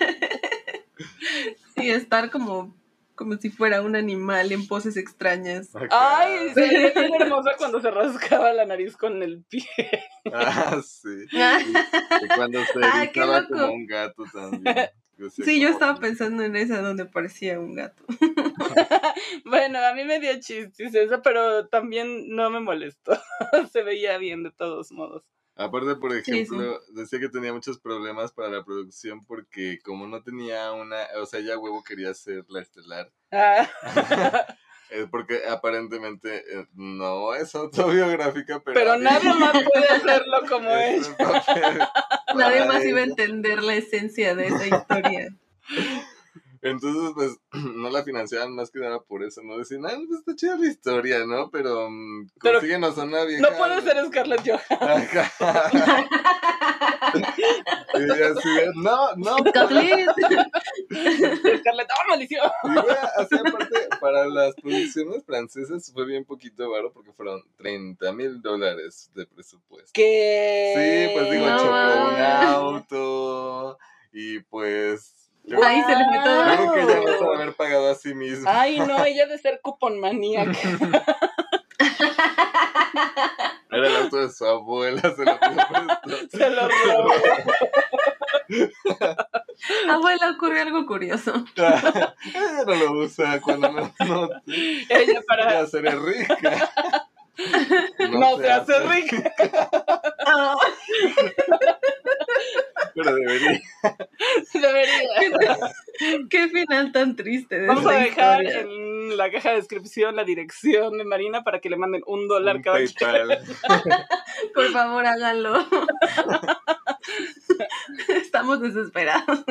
Sí, estar como, como si fuera un animal en poses extrañas. Ay, se veía bien hermosa cuando se rascaba la nariz con el pie. Ah, sí. Y, y cuando se Ah, qué erizaba loco. como un gato también. Sí, yo estaba pensando en esa donde parecía un gato. Bueno, a mí me dio chistes eso, pero también no me molestó. Se veía bien de todos modos. Aparte, por ejemplo, Sí, sí. decía que tenía muchos problemas para la producción porque como no tenía una, o sea, ella huevo quería ser la estelar. Ah. Es porque aparentemente eh, no es autobiográfica, pero... Pero había- nadie más puede hacerlo como es ella. un papel Nadie para más iba a ella. entender la esencia de esa historia. Entonces, pues, no la financiaban más que nada por eso, ¿no? Decían, ah, pues está chida la historia, ¿no? Pero um, Pero consíguenos a una vieja... no puede ser Scarlett Johansson. Ajá. Y así de, no, no, Scarlett. Scarlett, ¡oh, maldición! y güey, así aparte, para las producciones francesas fue bien poquito varo porque fueron treinta mil dólares de presupuesto. ¿Qué? Sí, pues digo, No chocó un mames. auto y pues... Yo, Ahí se le fue todo. yo creo que ella no se va a haber pagado a sí misma. Ay, no, ella de ser cupón maníaca. Era el auto de su abuela, se lo pidió prestado. Se lo robó. Abuela, ocurrió algo curioso. Ella no lo usa cuando no, no Ella para... ya seré rica. No, se, hace rica. Oh. Pero debería. Debería. Qué final tan triste de Vamos a esta dejar historia. en la caja de descripción la dirección de Marina para que le manden un dólar Un cada PayPal. Por favor, háganlo. Estamos desesperados.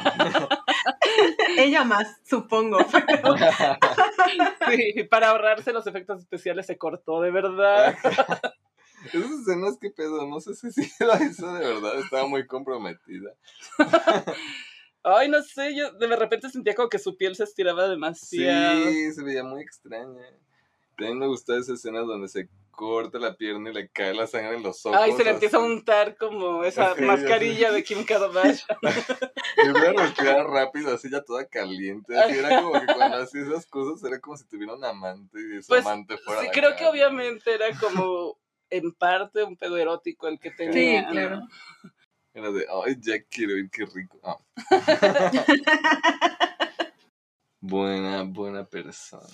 Ella más, supongo. Pero... sí, para ahorrarse los efectos especiales se cortó, de verdad. Esas escenas, qué pedo, no sé si sí lo hizo de verdad, estaba muy comprometida. Ay, no sé, yo de repente sentía como que su piel se estiraba demasiado. Sí, se veía muy extraña. También me gustó esa escena donde se corta la pierna y le cae la sangre en los ojos. Ay, se le así. empieza a untar como esa Ajá, mascarilla sí. de Kim Kardashian. Y voy a respirar rápido, así ya toda caliente. Así era como que cuando hacía esas cosas era como si tuviera un amante y su Pues, amante fuera sí, la creo cara. que obviamente era como en parte un pedo erótico el que tenía. Sí, claro. ¿no? Era de, ay, ya quiero ir, qué rico. Oh. buena, buena persona.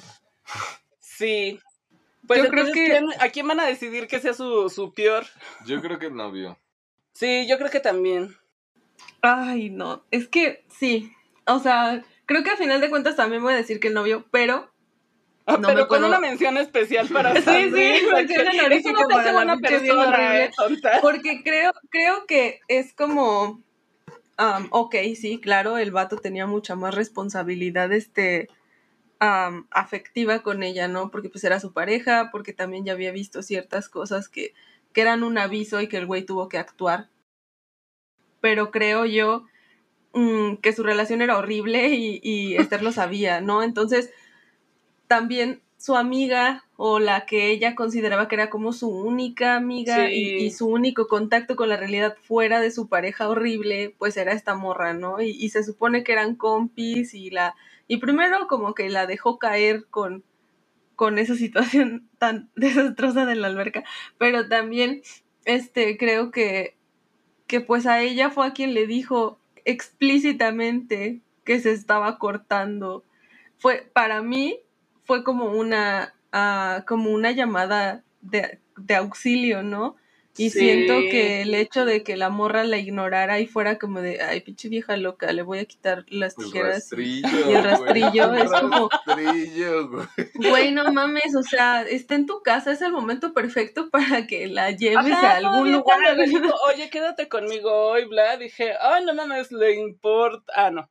Sí. Pues yo entonces, creo que... ¿quién, ¿a quién van a decidir que sea su, su peor? Yo creo que el novio. Sí, yo creo que también. Ay, no, es que sí. O sea, creo que a final de cuentas también voy a decir que el novio, pero... Ah, no pero me con puedo... una mención especial para Sí, Sandrine. sí, mención honorífica Eso no te para hace la buena pinche vieja persona, horrible. eh, tonta. Porque creo, creo que es como... Um, ok, sí, claro, el vato tenía mucha más responsabilidad este, um, afectiva con ella, ¿no? Porque pues era su pareja, porque también ya había visto ciertas cosas que, que eran un aviso y que el güey tuvo que actuar. Pero creo yo um, que su relación era horrible y, y Esther lo sabía, ¿no? Entonces, también su amiga o la que ella consideraba que era como su única amiga Sí. y, y su único contacto con la realidad fuera de su pareja horrible, pues era esta morra, ¿no? Y, y se supone que eran compis y la y primero como que la dejó caer con, con esa situación tan desastrosa de la alberca, pero también este creo que, que pues a ella fue a quien le dijo explícitamente que se estaba cortando. Fue, para mí, fue como una, uh, como una llamada de, de auxilio, ¿no? Y sí. siento que el hecho de que la morra la ignorara y fuera como de, ay, pinche vieja loca, le voy a quitar las El tijeras rastrillo, y, y el rastrillo, güey. es como, rastrillo, güey. güey, no mames, o sea, está en tu casa, es el momento perfecto para que la lleves Ajá, a algún todavía lugar. cuando le dijo, oye, quédate conmigo hoy, bla, dije, ay, no mames, le importa, ah, no.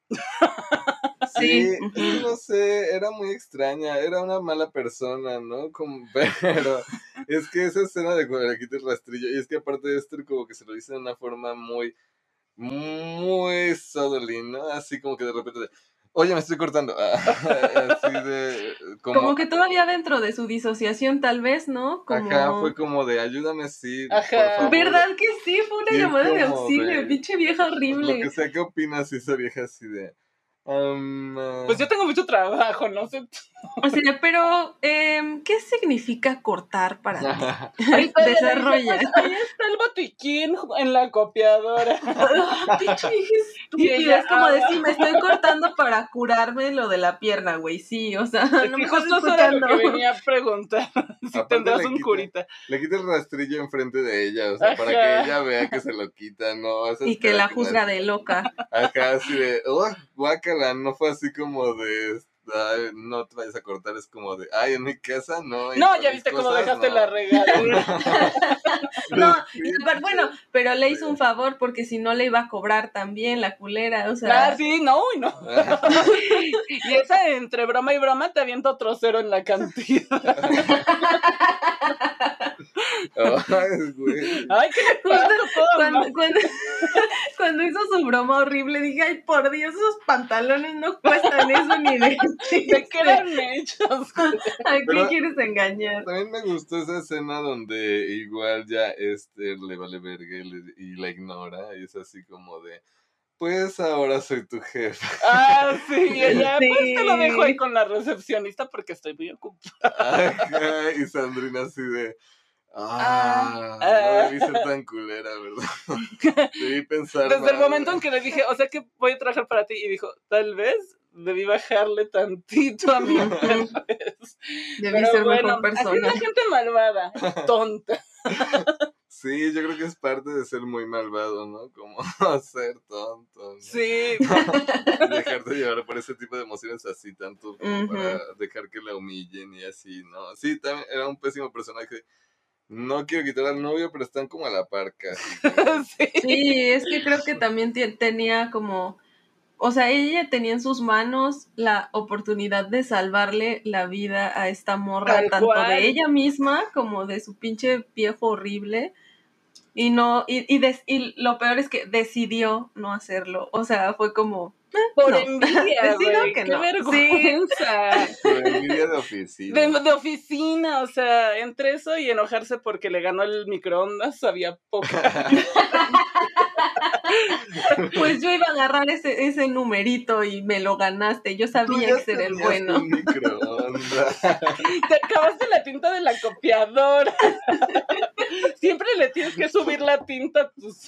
Sí, Sí, es que no sé, era muy extraña, era una mala persona, ¿no? Como, pero es que esa escena de cuando le quita el rastrillo, y es que aparte de esto como que se lo dice de una forma muy, muy subtle, ¿no? Así como que de repente, de, oye, me estoy cortando, así de, como... como, que todavía dentro de su disociación tal vez, ¿no? Como... Ajá, fue como de, ayúdame, sí, Ajá. por favor. ¿Verdad que sí? Fue una Y es llamada de como auxilio, de, pinche vieja horrible. Lo que sea, ¿qué opinas esa vieja así de? Um, uh, Pues yo tengo mucho trabajo, no sé. O sea, pero, eh, ¿qué significa cortar para ti? Ahí está, Desarrolla. pues, ahí está el botiquín en la copiadora. Oh, pinche vieja estúpida. Ella, es como ah, decir, me estoy cortando para curarme lo de la pierna, güey. Sí, o sea, es no que me estás justo eso era lo escuchando. que venía a preguntar. Si Aparte tendrás le un quita- curita. Le quita el rastrillo enfrente de ella, o sea, para Ajá. que ella vea que se lo quita, ¿no? Esas Y que la caras juzga de loca. Ajá, así de, oh, guácala, no fue así como de, ay, no te vayas a cortar, es como de, ay, en mi casa no. y No, con ya mis viste cómo cosas, dejaste no. la regadera. No, Sí, y aparte, bueno, pero le hizo un favor porque si no le iba a cobrar también la culera, o sea. Ah, sí, no, y no. Y esa entre broma y broma te avienta otro cero en la cantidad. Ay, güey. Ay, qué le pasa todo cuando, mal. cuando, cuando hizo su broma horrible, dije, ay, por Dios, esos pantalones no cuestan eso ni de ¿De qué eran hechos? ¿A qué Pero- quieres engañar? También me gustó esa escena donde igual ya Esther le vale verga y, le- y la ignora, y es así como de, pues ahora soy tu jefe. Ah, sí, ella, Sí. pues te lo dejo ahí con la recepcionista porque estoy muy ocupada. Ajá, y Sandrina así de, ah, Ah, no debí ser tan culera, ¿verdad? Debí pensar Desde el más. momento en que le dije, o sea que voy a trabajar para ti, y dijo, tal vez debí bajarle tantito a mi vez. Debí Pero ser bueno, mejor así es persona. la gente malvada, tonta. Sí, yo creo que es parte de ser muy malvado, ¿no? Como ser tonto, ¿no? Sí. Dejarte llevar por ese tipo de emociones así, tanto como Ujú. para dejar que la humillen y así, ¿no? Sí, también era un pésimo personaje. no quiero quitar al novio, pero están como a la par casi. Sí. Sí, es que creo que también te- tenía como, o sea, ella tenía en sus manos la oportunidad de salvarle la vida a esta morra, Tal tanto cual. de ella misma como de su pinche viejo horrible. Y no, y, y, des- y lo peor es que decidió no hacerlo. O sea, fue como, eh, Por no. envidia, Decido güey. que Qué no. Sí, vergüenza. Por envidia de oficina. De, de oficina, o sea, entre eso y enojarse porque le ganó el microondas, había poca. pues yo iba a agarrar ese, ese numerito y me lo ganaste. Yo Tú sabía ya que ese era el tenías bueno. un microondas. Te acabaste la tinta de la copiadora. Siempre le tienes que subir la tinta a tus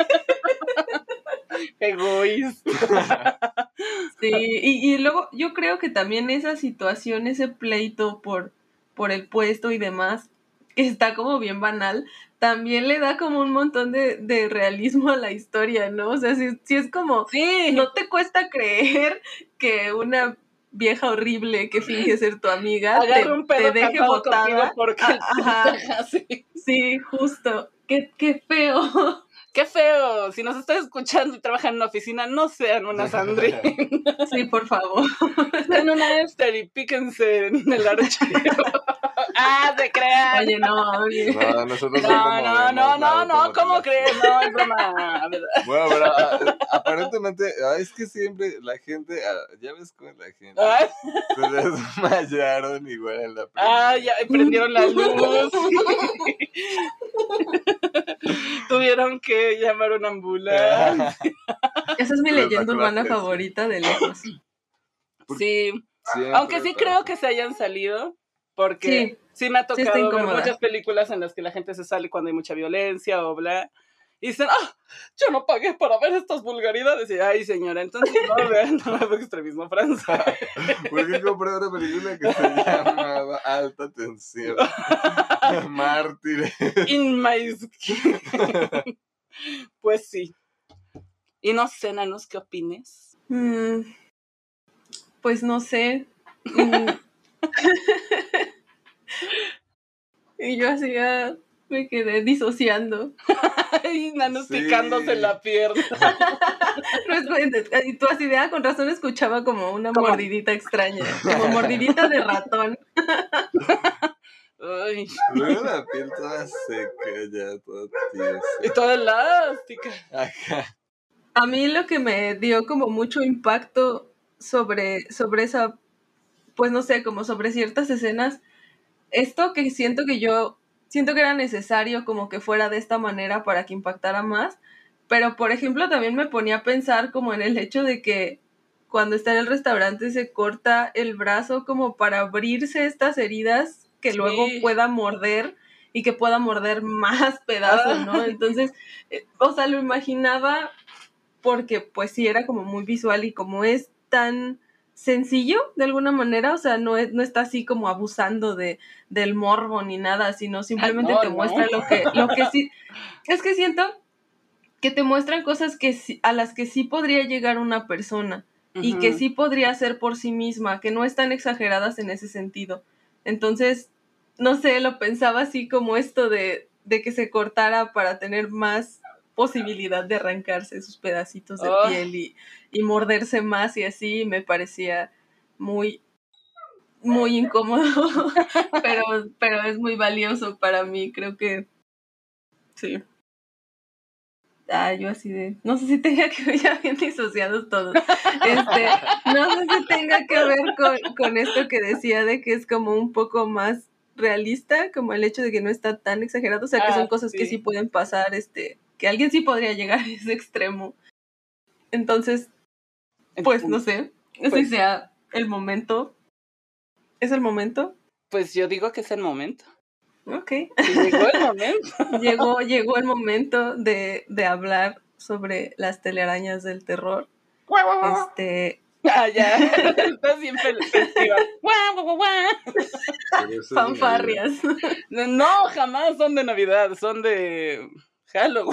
egoísta. Sí, y, y luego yo creo que también esa situación, ese pleito por, por el puesto y demás, que está como bien banal, también le da como un montón de, de realismo a la historia, ¿no? O sea, si, si es como, Sí. no te cuesta creer que una vieja horrible que finge ser tu amiga te, Agarra un pedo te deje casado contigo botada. porque Ah, el ajá, ajá, sí. sí, justo. Qué, qué feo. Qué feo. Si nos estás escuchando y trabajan en una oficina, no sean una Sandrine. Sí, por favor. Sean una Esther y píquense en el archivo. Ah, se crean. Oye, no, oye. No, nosotros No, no, no, no, no, no, ¿cómo crees? crees? No, es broma. Bueno, pero a, aparentemente, ah, es que siempre la gente, ah, ya ves cómo es la gente, Ay, se desmayaron igual en la ah, primera. ya prendieron la luz. Tuvieron que llamar a una ambulancia. Esa es mi Les leyenda bajó la urbana presión. favorita de lejos. Sí, Siempre aunque sí pasa. creo que se hayan salido, porque Sí, sí me ha sí está tocado ver incómoda. muchas películas en las que la gente se sale cuando hay mucha violencia o bla, y dicen, ah, yo no pagué para ver estas vulgaridades, y ay señora, entonces no vean nuevo extremismo francés. Porque compré una película que se llamaba Alta Tensión. Mártires. In my skin. Pues sí. Y no sé, Nanos, ¿qué opines? Mm, pues no sé. Mm. Y yo así ya me quedé disociando. Ay, Nanos Sí. picándose la pierna. No es- y tú así de, ah, con razón escuchaba como una ¿Cómo? mordidita extraña, como mordidita de ratón. Ay, Luego la piel toda seca ya, toda y tiesa. toda elástica. Ajá. A mí lo que me dio como mucho impacto sobre, sobre esa, pues no sé, como sobre ciertas escenas, esto que siento que yo, siento que era necesario como que fuera de esta manera para que impactara más, pero por ejemplo también me ponía a pensar como en el hecho de que cuando está en el restaurante se corta el brazo como para abrirse estas heridas que Sí. luego pueda morder y que pueda morder más pedazos, ¿no? Ah. Entonces, eh, o sea, lo imaginaba porque pues sí era como muy visual y como es tan sencillo de alguna manera, o sea, no, es, no está así como abusando de, del morbo ni nada, sino simplemente Ay, no, te muestra no. lo que, lo que sí, es que siento que te muestran cosas que sí, a las que sí podría llegar una persona y que Ujú. sí podría hacer por sí misma, que no están exageradas en ese sentido. Entonces, no sé, lo pensaba así como esto de, de que se cortara para tener más posibilidad de arrancarse sus pedacitos de Oh, piel y, y morderse más y así, me parecía muy, muy incómodo, pero, pero es muy valioso para mí, creo que sí. Ah, yo así de, no sé si tenga que ver, ya bien disociados todos, este, no sé si tenga que ver con, con esto que decía de que es como un poco más realista, como el hecho de que no está tan exagerado, o sea, que son ah, cosas que sí sí. pueden pasar, este, que alguien sí podría llegar a ese extremo. Entonces, pues no sé, no sé Pues- si sea el momento, ¿es el momento? Pues yo digo que es el momento. Ok. Y llegó el momento. Llegó, llegó el momento de, de hablar sobre las telarañas del terror. Este, Ah, ya. Estás bien fe- festiva. Guau, guau, guau, guau. Pero eso es de fanfarrias. No, jamás son de Navidad, son de Halloween.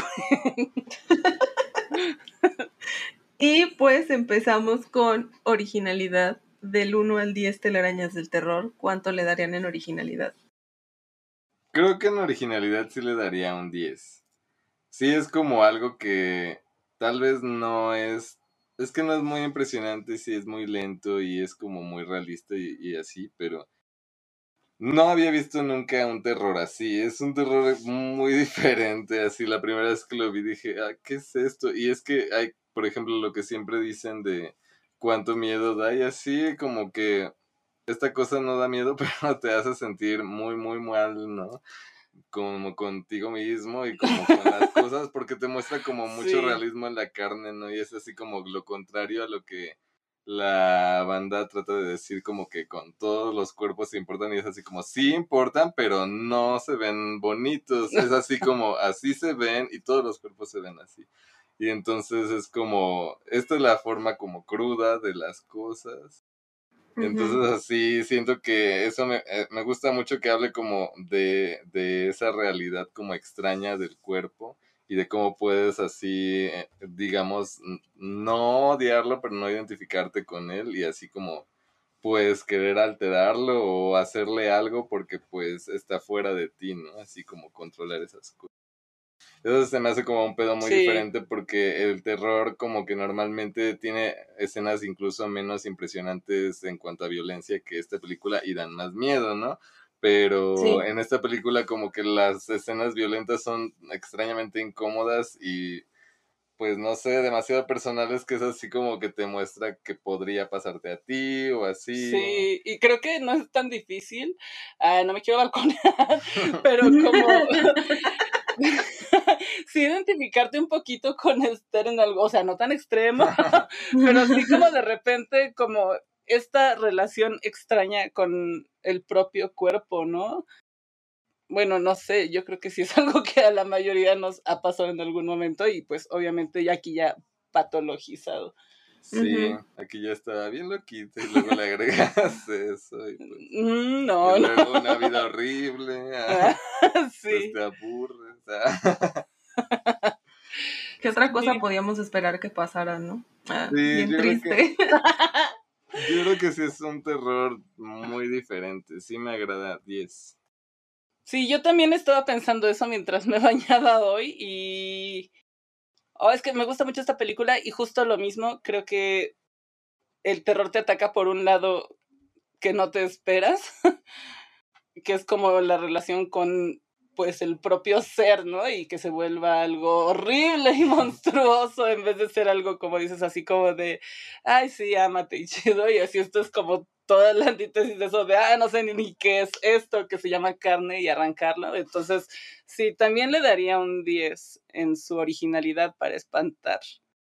Y pues empezamos con originalidad. Del uno al diez telarañas del terror. ¿Cuánto le darían en originalidad? creo que en originalidad sí le daría un diez. Sí es como algo que tal vez no es, es que no es muy impresionante, sí es muy lento y es como muy realista y, y así, pero no había visto nunca un terror así, es un terror muy diferente, así la primera vez que lo vi dije, ah, ¿qué es esto? Y es que hay, por ejemplo, lo que siempre dicen de cuánto miedo da y así, como que esta cosa no da miedo, pero te hace sentir muy, muy mal, ¿no? Como contigo mismo y como con las cosas, porque te muestra como mucho Sí. realismo en la carne, ¿no? Y es así como lo contrario a lo que la banda trata de decir, como que con todos los cuerpos se importan, y es así como, sí importan, pero no se ven bonitos, es así como, así se ven y todos los cuerpos se ven así. Y entonces es como, esta es la forma como cruda de las cosas. Entonces Ujú. así siento que eso me, eh, me gusta mucho que hable como de, de esa realidad como extraña del cuerpo y de cómo puedes así, eh, digamos, n- no odiarlo, pero no identificarte con él y así como pues querer alterarlo o hacerle algo porque pues está fuera de ti, ¿no? Así como controlar esas cosas. Eso se me hace como un pedo muy Sí. diferente porque el terror como que normalmente tiene escenas incluso menos impresionantes en cuanto a violencia que esta película y dan más miedo, ¿no? Pero Sí. en esta película como que las escenas violentas son extrañamente incómodas y pues no sé, demasiado personales, que es así como que te muestra que podría pasarte a ti o así. Sí, y creo que no es tan difícil. Ah, no me quiero balconear, pero como sí identificarte un poquito con Esther en algo, o sea, no tan extremo, pero sí como de repente como esta relación extraña con el propio cuerpo, ¿no? Bueno, no sé, yo creo que sí es algo que a la mayoría nos ha pasado en algún momento y pues obviamente ya aquí ya patologizado. Sí, Ujú. aquí ya estaba bien loquito y luego le agregas eso y pues... Mm, Y no, no. luego una vida horrible, Ah, ah, pues sí. te aburres. Ah. ¿Qué otra cosa Sí. podíamos esperar que pasara, no? Ah, Sí, bien yo creo que, triste. yo creo que sí es un terror muy diferente. Sí me agrada diez. Sí, yo también estaba pensando eso mientras me bañaba hoy y oh, es que me gusta mucho esta película y justo lo mismo, creo que el terror te ataca por un lado que no te esperas, que es como la relación con pues el propio ser, ¿no? Y que se vuelva algo horrible y monstruoso en vez de ser algo, como dices, así como de, ay, sí, ámate y chido, y así esto es como toda la antítesis de eso de, ah, no sé ni, ni qué es esto que se llama carne y arrancarlo. Entonces, sí, también le daría un diez en su originalidad para espantar.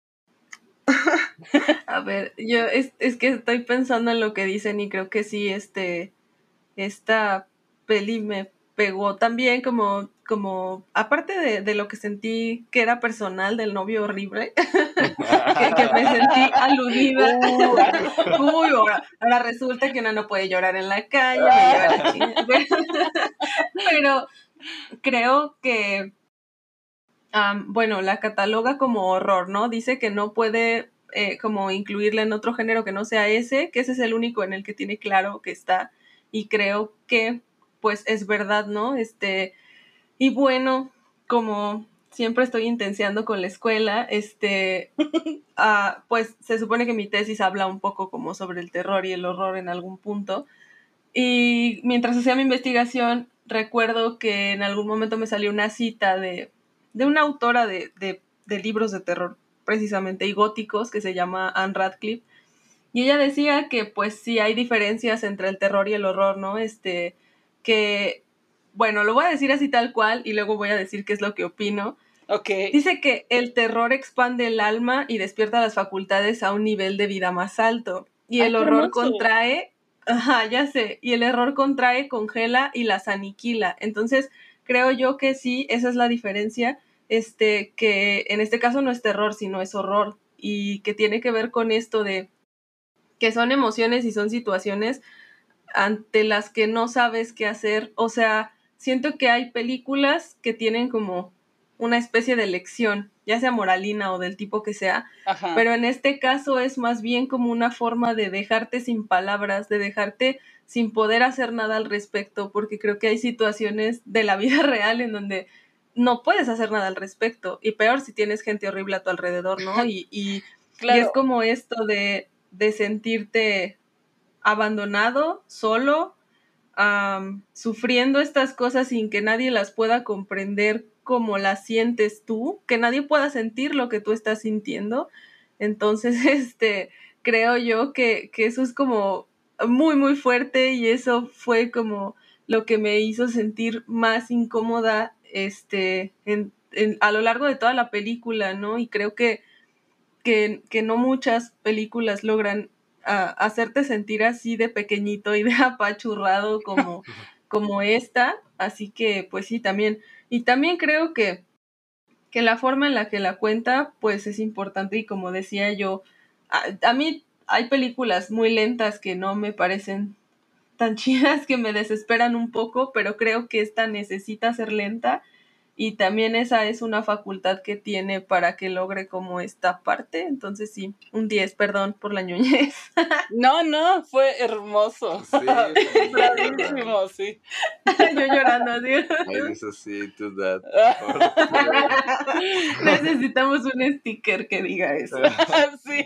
A ver, yo es, es que estoy pensando en lo que dicen y creo que sí, este, esta peli me pegó también como, como aparte de, de lo que sentí que era personal del novio horrible, que, que me sentí aludida. Uh, Uy, ahora, ahora resulta que uno no puede llorar en la calle, me lleva la chingada. Pero creo que, um, bueno, la cataloga como horror, ¿no? Dice que no puede eh, como incluirla en otro género que no sea ese, que ese es el único en el que tiene claro que está. Y creo que, pues, es verdad, ¿no? Este, y bueno, como siempre estoy intenseando con la escuela, este, uh, pues se supone que mi tesis habla un poco como sobre el terror y el horror en algún punto. Y mientras hacía mi investigación, recuerdo que en algún momento me salió una cita de, de una autora de, de, de libros de terror, precisamente, y góticos, que se llama Anne Radcliffe. Y ella decía que pues sí hay diferencias entre el terror y el horror, ¿no? Este, que, bueno, lo voy a decir así tal cual y luego voy a decir qué es lo que opino. ok. Dice que el terror expande el alma y despierta las facultades a un nivel de vida más alto. Y Ay, el qué horror hermoso. contrae, ajá, ya sé, y el error contrae, congela y las aniquila. Entonces, creo yo que sí, esa es la diferencia, este, que en este caso no es terror, sino es horror. Y que tiene que ver con esto de que son emociones y son situaciones ante las que no sabes qué hacer. O sea, siento que hay películas que tienen como una especie de lección ya sea moralina o del tipo que sea, Ajá. pero en este caso es más bien como una forma de dejarte sin palabras, de dejarte sin poder hacer nada al respecto, porque creo que hay situaciones de la vida real en donde no puedes hacer nada al respecto, y peor si tienes gente horrible a tu alrededor, ¿no? Y, y, Claro. y es como esto de, de sentirte abandonado, solo, um, sufriendo estas cosas sin que nadie las pueda comprender como las sientes tú, que nadie pueda sentir lo que tú estás sintiendo. Entonces, este, creo yo que, que eso es como muy, muy fuerte, y eso fue como lo que me hizo sentir más incómoda este, en, en, a lo largo de toda la película, ¿no? Y creo que, que, que no muchas películas logran uh, hacerte sentir así de pequeñito y de apachurrado como, como esta, así que pues sí, también, y también creo que, que la forma en la que la cuenta pues es importante, y como decía yo, a, a mí hay películas muy lentas que no me parecen tan chidas, que me desesperan un poco, pero creo que esta necesita ser lenta, y también esa es una facultad que tiene para que logre como esta parte. Entonces sí, un diez, perdón por la ñoñez. No, no, fue hermoso. Sí, bravísimo, sí. Yo llorando, así. I necesito that. Necesitamos un sticker que diga eso. Sí.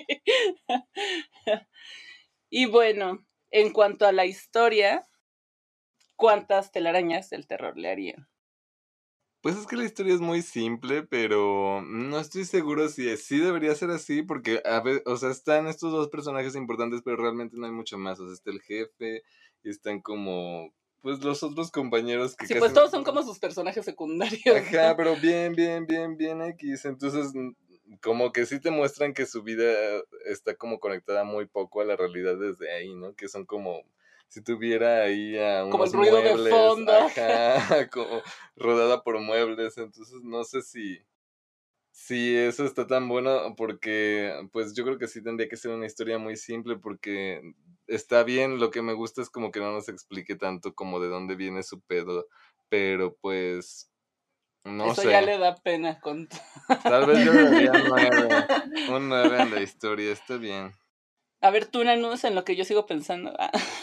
Y bueno, en cuanto a la historia, ¿cuántas telarañas del terror le harían? Pues es que la historia es muy simple, pero no estoy seguro si sí debería ser así, porque a ver, o sea, están estos dos personajes importantes, pero realmente no hay mucho más. O sea, está el jefe y están como, pues los otros compañeros que sí, casi pues todos son como sus personajes secundarios. Ajá, ¿no? pero bien, bien, bien, bien X. Entonces, como que sí te muestran que su vida está como conectada muy poco a la realidad desde ahí, ¿no? Que son como si tuviera ahí a unos como el ruido muebles, de fondo. Ajá, como rodada por muebles. Entonces, no sé si, si eso está tan bueno, porque pues yo creo que sí tendría que ser una historia muy simple, porque está bien, lo que me gusta es como que no nos explique tanto como de dónde viene su pedo, pero pues no Eso sé. ya le da pena contar. Tal vez yo le daría un nueve. Un nueve en la historia, está bien. A ver, tú, Nanús, en lo que yo sigo pensando.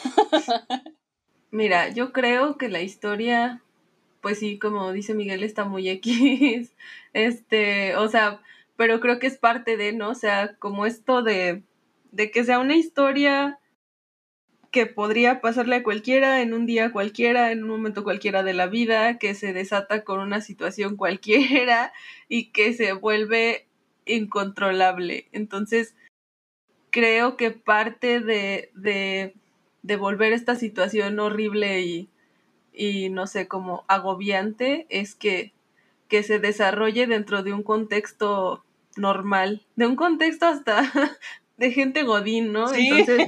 Mira, yo creo que la historia, pues sí, como dice Miguel, está muy X. Este, o sea, pero creo que es parte de, ¿no? O sea, como esto de, de que sea una historia que podría pasarle a cualquiera en un día cualquiera, en un momento cualquiera de la vida, que se desata con una situación cualquiera y que se vuelve incontrolable. Entonces, creo que parte de, de, de volver esta situación horrible y, y no sé, como agobiante, es que, que se desarrolle dentro de un contexto normal, de un contexto hasta de gente godín, ¿no? Sí. Entonces,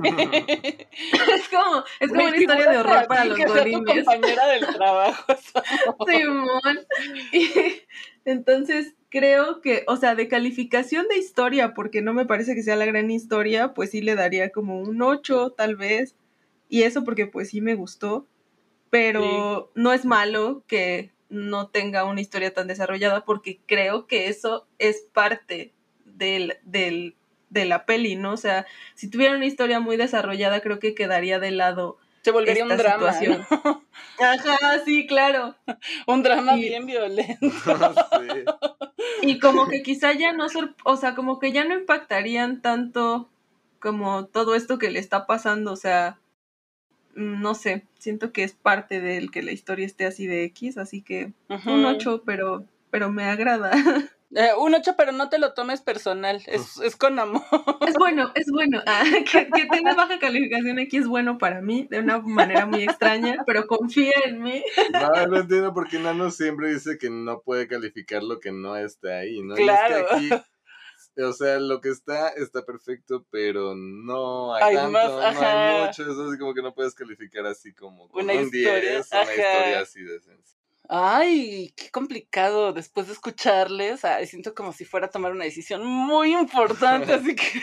es como, es como una historia de horror para los que godines. Sea tu compañera del trabajo. Simón. Y entonces creo que, o sea, de calificación de historia, porque no me parece que sea la gran historia, pues sí le daría como un ocho tal vez, y eso porque pues sí me gustó, pero sí. No es malo que no tenga una historia tan desarrollada, porque creo que eso es parte del, del, de la peli, ¿no? O sea, si tuviera una historia muy desarrollada, creo que quedaría de lado se volvería esta un drama, situación. ¿no? Ajá, sí, claro. Un drama y, bien violento. Sí. Y como que quizá ya no, o sea, como que ya no impactarían tanto como todo esto que le está pasando, o sea, no sé, siento que es parte del que la historia esté así de X, así que uh-huh. un ocho, pero, pero me agrada. Eh, un ocho, pero no te lo tomes personal, es, es con amor. Es bueno, es bueno. Ah, que, que tenga baja calificación aquí es bueno para mí, de una manera muy extraña, pero confía en mí. No, no entiendo porque Nano siempre dice que no puede calificar lo que no está ahí, ¿no? Claro. Y es que aquí, o sea, lo que está, está perfecto, pero no hay, hay tanto, más, no hay mucho, eso así como que no puedes calificar así como con una un historia, diez, ajá. Una historia así de sencilla. Ay, qué complicado después de escucharles. Ay, siento como si fuera a tomar una decisión muy importante, así que...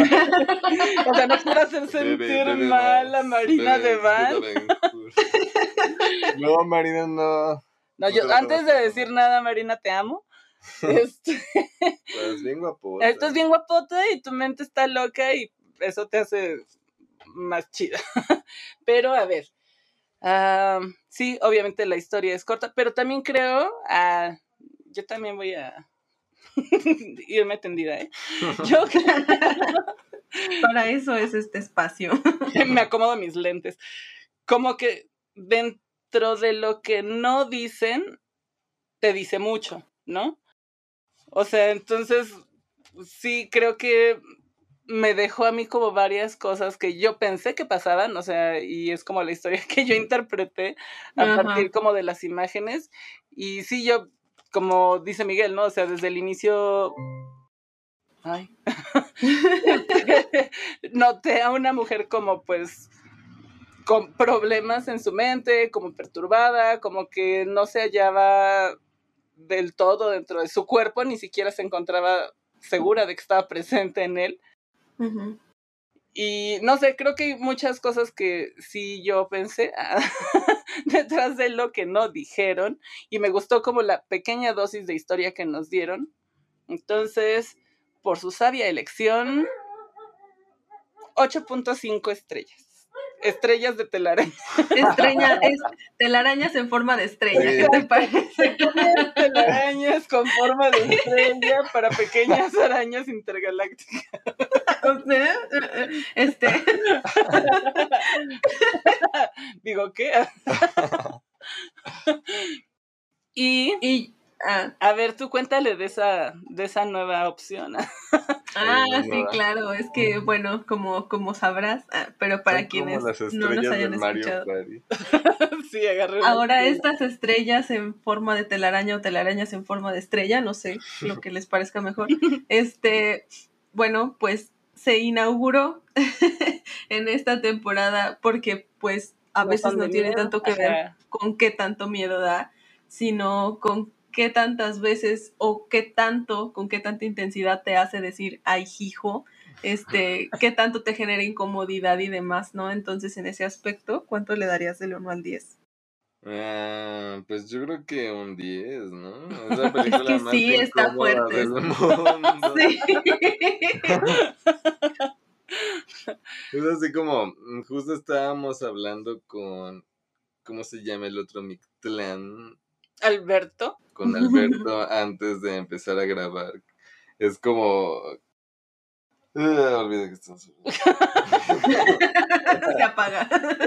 o sea, no quiero hacer sentir bebe, bebe mal a Marina bebe, Devane. No, Marina, no. No, yo, antes de decir nada, Marina, te amo. Este, Estás bien guapota. Estás bien guapota y tu mente está loca y eso te hace más chida. Pero a ver, uh, sí, obviamente la historia es corta, pero también creo, uh, yo también voy a irme tendida, ¿eh? Yo Para eso es este espacio. Me acomodo mis lentes. Como que dentro de lo que no dicen, te dice mucho, ¿no? O sea, entonces, sí, creo que me dejó a mí como varias cosas que yo pensé que pasaban, o sea, y es como la historia que yo interpreté a Ajá. partir como de las imágenes. Y sí, yo, como dice Miguel, ¿no? O sea, desde el inicio... Ay. Noté a una mujer como, pues, con problemas en su mente, como perturbada, como que no se hallaba del todo dentro de su cuerpo, ni siquiera se encontraba segura de que estaba presente en él. Uh-huh. Y no sé, creo que hay muchas cosas que sí yo pensé detrás de lo que no dijeron, y me gustó como la pequeña dosis de historia que nos dieron. Entonces, por su sabia elección, ocho punto cinco estrellas. Estrellas de telaraña. Estrella, es telarañas en forma de estrella. ¿Qué te parece? Telarañas con forma de estrella para pequeñas arañas intergalácticas. O sea, este. Digo, ¿qué? y, y ah. a ver, tú cuéntale de esa, de esa nueva opción. Ah, sí, claro, es que, bueno, como, como sabrás, ah, pero para Son quienes como las no nos hayan Mario escuchado. Party. Sí, agarré ahora estas estrellas en forma de telaraña o telarañas en forma de estrella, no sé, lo que les parezca mejor. Este, bueno, pues se inauguró en esta temporada porque pues a No veces son no de tiene miedo, tanto que ajá. ver con qué tanto miedo da, sino con qué tantas veces o qué tanto, con qué tanta intensidad te hace decir, ay, hijo, este, qué tanto te genera incomodidad y demás, ¿no? Entonces, en ese aspecto, ¿cuánto le darías del uno al diez? Uh, pues yo creo que un diez, ¿no? Es la película es que más sí, está fuerte. del mundo. Sí. Es así como, justo estábamos hablando con, ¿cómo se llama el otro Mictlán? Alberto. Con Alberto antes de empezar a grabar. Es como... Uh, olvidé que estamos... Se apaga.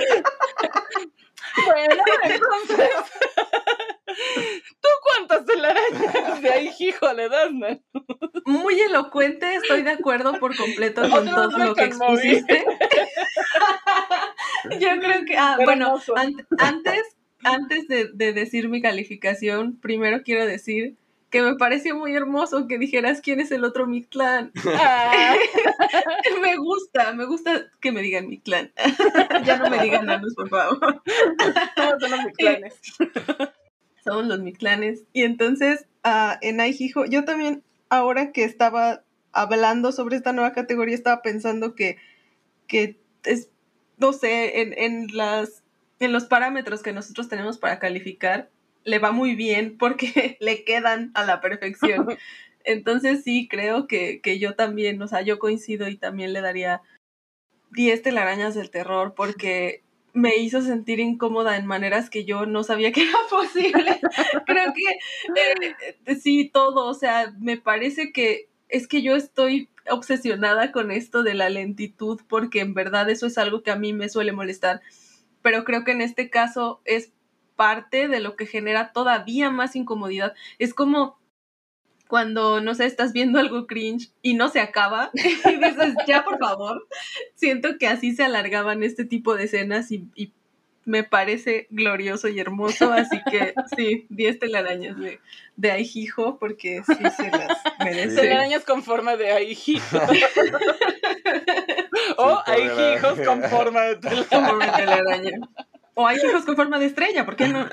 Bueno, entonces... ¿Tú cuántas telarañas de ahí, hijo, le das, no? Muy elocuente, estoy de acuerdo por completo con todo lo que expusiste. Yo creo que, ah, bueno, an antes, antes de, de decir mi calificación, primero quiero decir que me pareció muy hermoso que dijeras quién es el otro Mictlán. Ah. me gusta, me gusta que me digan Mictlán. ya no me digan nanos, por favor. Todos son los Mictlanes. Somos los Mictlanes. Y entonces, uh, en Aijijo, yo también, ahora que estaba hablando sobre esta nueva categoría, estaba pensando que, que es, no sé, en, en, las, en los parámetros que nosotros tenemos para calificar, le va muy bien porque le quedan a la perfección. Entonces sí, creo que, que yo también, o sea, yo coincido y también le daría diez telarañas del terror porque me hizo sentir incómoda en maneras que yo no sabía que era posible. Creo que eh, sí, todo, o sea, me parece que es que yo estoy obsesionada con esto de la lentitud porque en verdad eso es algo que a mí me suele molestar, pero creo que en este caso es parte de lo que genera todavía más incomodidad. Es como cuando, no sé, estás viendo algo cringe y no se acaba y dices, ya, por favor. Siento que así se alargaban este tipo de escenas y, y me parece glorioso y hermoso, así que sí, diez telarañas de, de Aijijo porque sí se las merece. Telarañas con forma de Aijijo. o sí, Aijijos con forma de telaraña. Con forma de telaraña. O Aijijos con forma de estrella, ¿por qué no?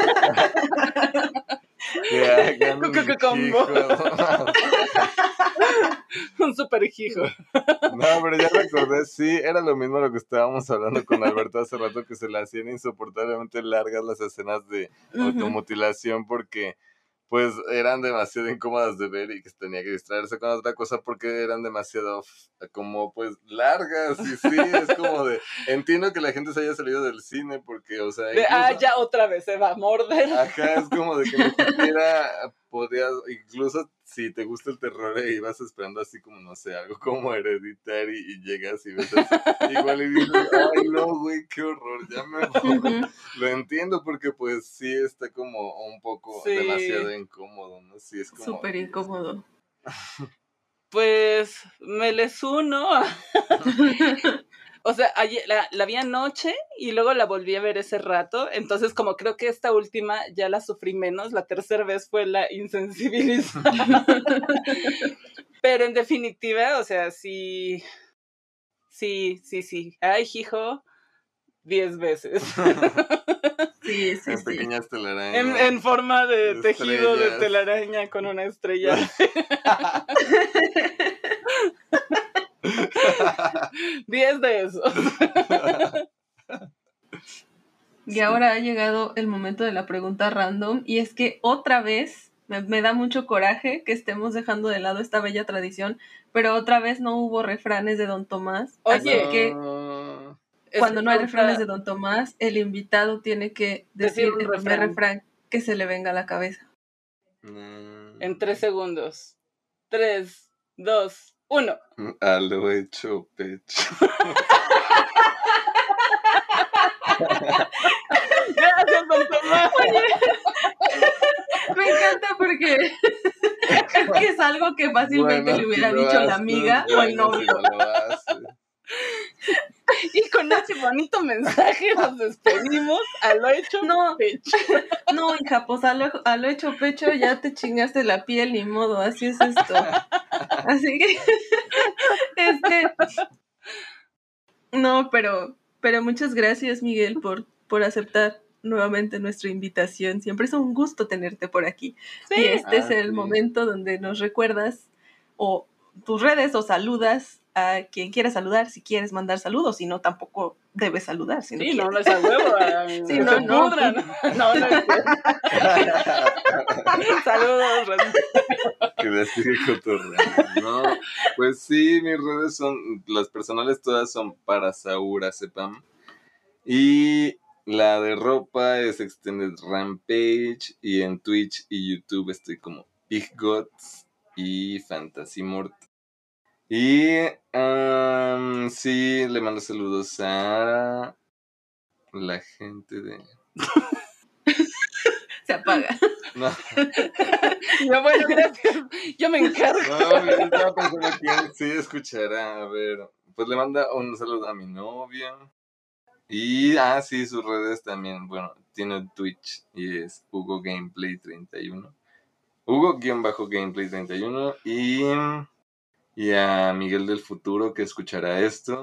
Combo. Un super hijo. No, pero ya recordé, sí, era lo mismo lo que estábamos hablando con Alberto hace rato, que se le hacían insoportablemente largas las escenas de uh-huh. automutilación porque pues eran demasiado incómodas de ver y que tenía que distraerse con otra cosa porque eran demasiado como pues largas y sí, es como de, entiendo que la gente se haya salido del cine porque, o sea, de, incluso, ah, ya otra vez se va a morder. Ajá, es como de que ni siquiera podías, incluso si te gusta el terror y vas esperando así como, no sé, algo como Hereditary y llegas y ves así, igual y dices, ay no, güey, qué horror, ya me voy. Uh-huh. Lo entiendo porque pues sí está como un poco sí. demasiado incómodo, ¿no? Sí, es como... Súper incómodo. Pues me les uno. O sea, ayer, la, la vi anoche y luego la volví a ver ese rato, entonces como creo que esta última ya la sufrí menos, la tercera vez fue la insensibilizada. Pero en definitiva, o sea, sí, sí, sí, sí. Ay, hijo, diez veces. Sí, sí, en sí. pequeñas telarañas. En, en forma de, de tejido de telaraña con una estrella. Diez de esos. Y sí. Ahora ha llegado el momento de la pregunta random, y es que otra vez me, me da mucho coraje que estemos dejando de lado esta bella tradición, pero otra vez no hubo refranes de Don Tomás. Oye, así que cuando no hay refranes de Don Tomás, el invitado tiene que decir, decir el primer refrán. refrán que se le venga a la cabeza. En tres segundos. Tres, dos, uno. A lo hecho pecho. Gracias, Don Tomás. Oye, me encanta porque es que es algo que fácilmente bueno, le hubiera dicho haces, la amiga o el novio. Y con ese bonito mensaje nos despedimos a lo hecho no, pecho. No, hija, pues a lo, a lo hecho pecho ya te chingaste la piel, ni modo, así es esto. Así que, este, no, pero, pero muchas gracias, Miguel, por, por aceptar nuevamente nuestra invitación. Siempre es un gusto tenerte por aquí. Sí. Y este ah, es el sí. momento donde nos recuerdas o tus redes o saludas a quien quiera saludar, si quieres mandar saludos, si no, tampoco debes saludar. Si no sí, quieres. no, no es a huevo. A si no, no. No, no, no es Saludos, que le sigue cotorreando. No, pues sí, mis redes son, las personales todas son para Saura Sepam. Y la de ropa es Extended Rampage. Y en Twitch y YouTube estoy como Big Gods y Fantasy Mort. Y um, sí, le mando saludos a la gente de... Se apaga. No. Yo, bueno, gracias. Yo me encargo. No, yo estaba pensando quién sí escuchará. A ver, pues le manda un saludo a mi novia. Y, ah, sí, sus redes también. Bueno, tiene Twitch y es Hugo Gameplay treinta y uno. Hugo-Gameplay treinta y uno. Y, y a Miguel del Futuro que escuchará esto.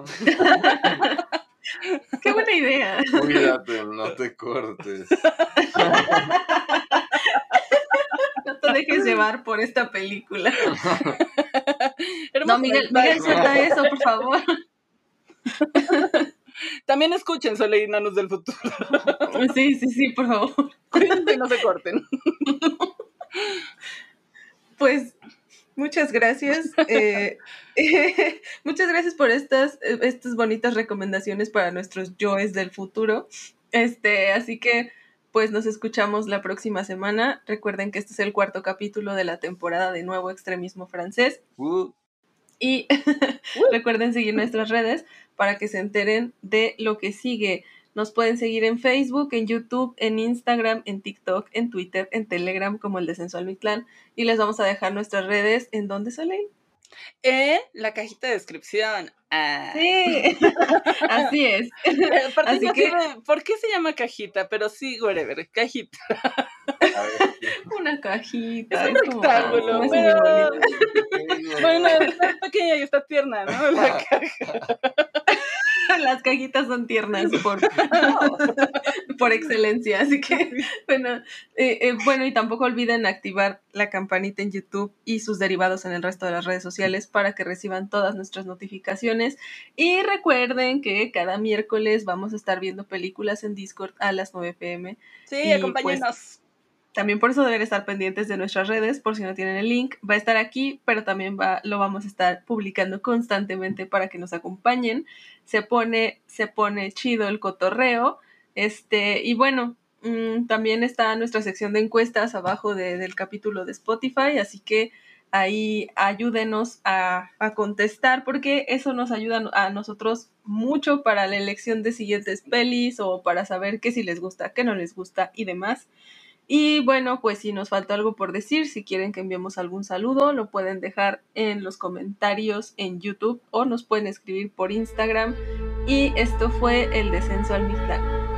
¡Qué buena idea! Cuídate, no te cortes. No te dejes llevar por esta película. No, Miguel, Miguel, suelta eso, por favor. También escuchen Soleinanos del Futuro. Sí, sí, sí, por favor. Cuídense y no se corten. Pues... Muchas gracias. Eh, eh, muchas gracias por estas, estas bonitas recomendaciones para nuestros yoes del futuro. Este, así que, pues nos escuchamos la próxima semana. Recuerden que este es el cuarto capítulo de la temporada de Nuevo Extremismo Francés. Uh. Y recuerden seguir nuestras redes para que se enteren de lo que sigue. Nos pueden seguir en Facebook, en YouTube, en Instagram, en TikTok, en Twitter, en Telegram, como el de Sensual Mictlán. Y les vamos a dejar nuestras redes. ¿En dónde salen? En la cajita de descripción. Ah. Sí, así es. Así que... de, ¿por qué se llama cajita? Pero sí, whatever, cajita. Una cajita. Es un rectángulo, como... pero... Bueno, está pequeña y está tierna, ¿no? La caja. Las cajitas son tiernas por, por excelencia, así que bueno, eh, eh, bueno, y tampoco olviden activar la campanita en YouTube y sus derivados en el resto de las redes sociales para que reciban todas nuestras notificaciones. Y recuerden que cada miércoles vamos a estar viendo películas en Discord a las nueve p m Sí, acompáñenos. Pues, también por eso deben estar pendientes de nuestras redes, por si no tienen el link. Va a estar aquí, pero también va, lo vamos a estar publicando constantemente para que nos acompañen. Se pone, se pone chido el cotorreo. Este, y bueno, mmm, también está nuestra sección de encuestas abajo de, del capítulo de Spotify, así que ahí ayúdenos a, a contestar, porque eso nos ayuda a nosotros mucho para la elección de siguientes pelis o para saber qué sí les gusta, qué no les gusta y demás. Y bueno, pues si nos faltó algo por decir, si quieren que enviemos algún saludo, lo pueden dejar en los comentarios en YouTube o nos pueden escribir por Instagram. Y esto fue El Descenso al Mictlán.